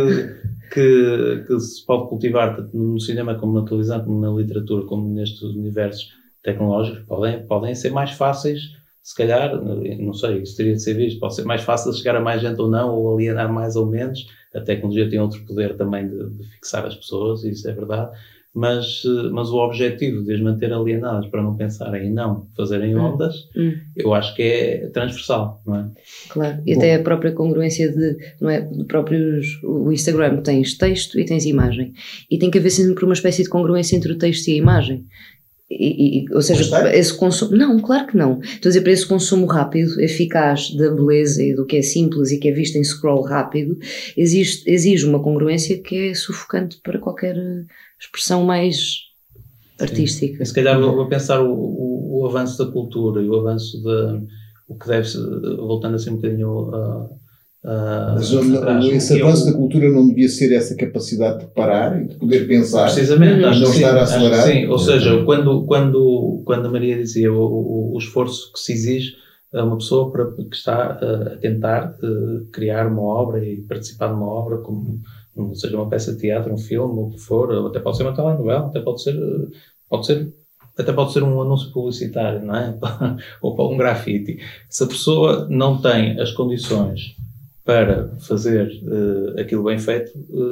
que se pode cultivar tanto no cinema como na televisão, como na literatura, como nestes universos tecnológicos, podem ser mais fáceis, se calhar, não sei, isso teria de ser visto, pode ser mais fácil chegar a mais gente ou não, ou alienar mais ou menos. A tecnologia tem outro poder também de fixar as pessoas, isso é verdade, mas o objetivo de as manter alienadas para não pensarem e não fazerem ondas, eu acho que é transversal, não é? Claro, e até a própria congruência não é, de próprios, o Instagram tens texto e tens imagem, e tem que haver sempre uma espécie de congruência entre o texto e a imagem. Ou seja, esse consumo... Não, claro que não. Estou a dizer, para esse consumo rápido, eficaz da beleza e do que é simples e que é visto em scroll rápido, exige uma congruência que é sufocante para qualquer expressão mais artística. E se calhar vou pensar o avanço da cultura e o avanço o que deve ser, voltando assim um bocadinho mas esse avanço da cultura não devia ser essa capacidade de parar e de poder pensar, precisamente, não estar a acelerar? Sim, ou seja, quando a Maria dizia o esforço que se exige a uma pessoa que está a tentar criar uma obra e participar de uma obra, como seja uma peça de teatro, um filme, o que for, ou até pode ser uma telenovela, até pode ser um anúncio publicitário, não é? Ou para um grafite. Se a pessoa não tem as condições para fazer aquilo bem feito,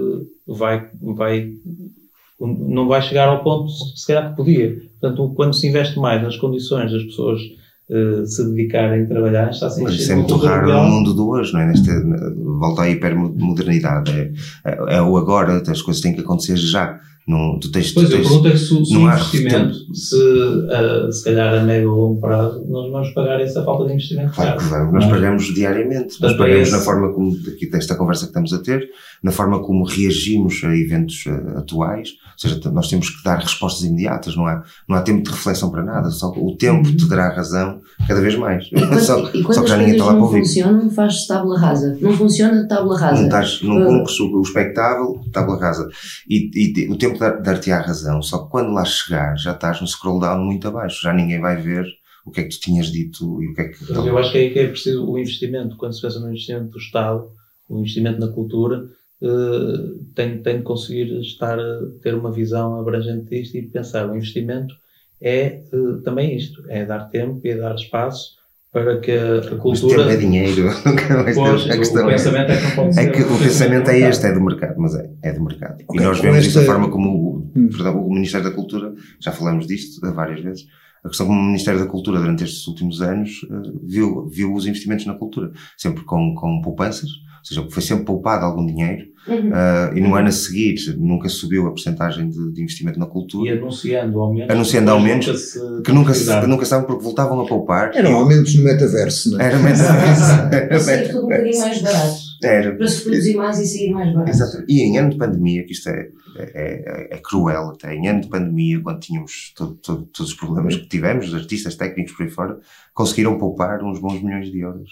não vai chegar ao ponto, se calhar, que podia. Portanto, quando se investe mais nas condições das pessoas se dedicarem a trabalhar, está-se a encher. Mas isso é muito raro no mundo de hoje, não é? Volta à hipermodernidade. É o agora, as coisas têm que acontecer já. Não, eu pergunto é que se o investimento, se calhar a médio ou longo prazo, nós vamos pagar essa falta de investimento. Claro que vamos, nós pagamos diariamente. Nós pagamos na forma como, desta conversa que estamos a ter, na forma como reagimos a eventos atuais. Ou seja, nós temos que dar respostas imediatas, não há tempo de reflexão para nada, só o tempo te dará razão cada vez mais. Só que já ninguém está lá para ouvir. Quando funciona, faz tábua rasa. Não funciona, tábua rasa. Não cumpres o espectável, tábua rasa. E o tempo dar-te a razão, só que quando lá chegar já estás no scroll down muito abaixo, já ninguém vai ver o que é que tu tinhas dito e o que é que... Eu acho que aí é preciso o investimento. Quando se pensa no investimento do Estado, o investimento na cultura, tem de conseguir ter uma visão abrangente disto e pensar, o investimento é também isto, é dar tempo e é dar espaço para que a cultura... Mas tempo é dinheiro, nunca mais pois, a questão o pensamento é que não pode ser... É que o pensamento é este, é do mercado, mas é do mercado. Okay, e nós vemos isso da forma como o Ministério da Cultura, já falamos disto várias vezes, a questão como o Ministério da Cultura durante estes últimos anos viu os investimentos na cultura, sempre com poupanças, ou seja, foi sempre poupado algum dinheiro, e no ano a seguir nunca subiu a percentagem de investimento na cultura. E anunciando aumentos que nunca estavam porque voltavam a poupar. Eram aumentos no metaverso, não é? Era metaverso. Era tudo um bocadinho mais barato. Para se produzir mais e sair mais barato. Exatamente. E em ano de pandemia, que isto é cruel até, em ano de pandemia, quando tínhamos todos os problemas que tivemos, os artistas, técnicos por aí fora, conseguiram poupar uns bons milhões de euros.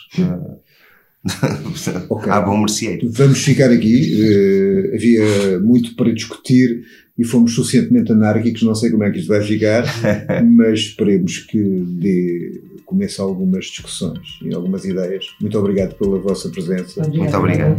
Okay. Há bom merceeiro. Vamos ficar aqui. Havia muito para discutir e fomos suficientemente anárquicos, não sei como é que isto vai ficar, mas esperemos que comece algumas discussões e algumas ideias. Muito obrigado pela vossa presença. Muito obrigado.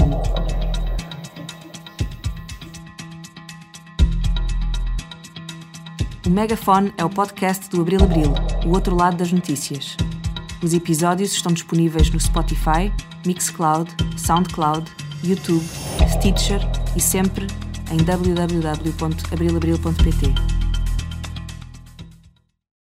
O Megafone é o podcast do Abril Abril, o outro lado das notícias. Os episódios estão disponíveis no Spotify, Mixcloud, Soundcloud, YouTube, Stitcher e sempre em www.abrilabril.pt.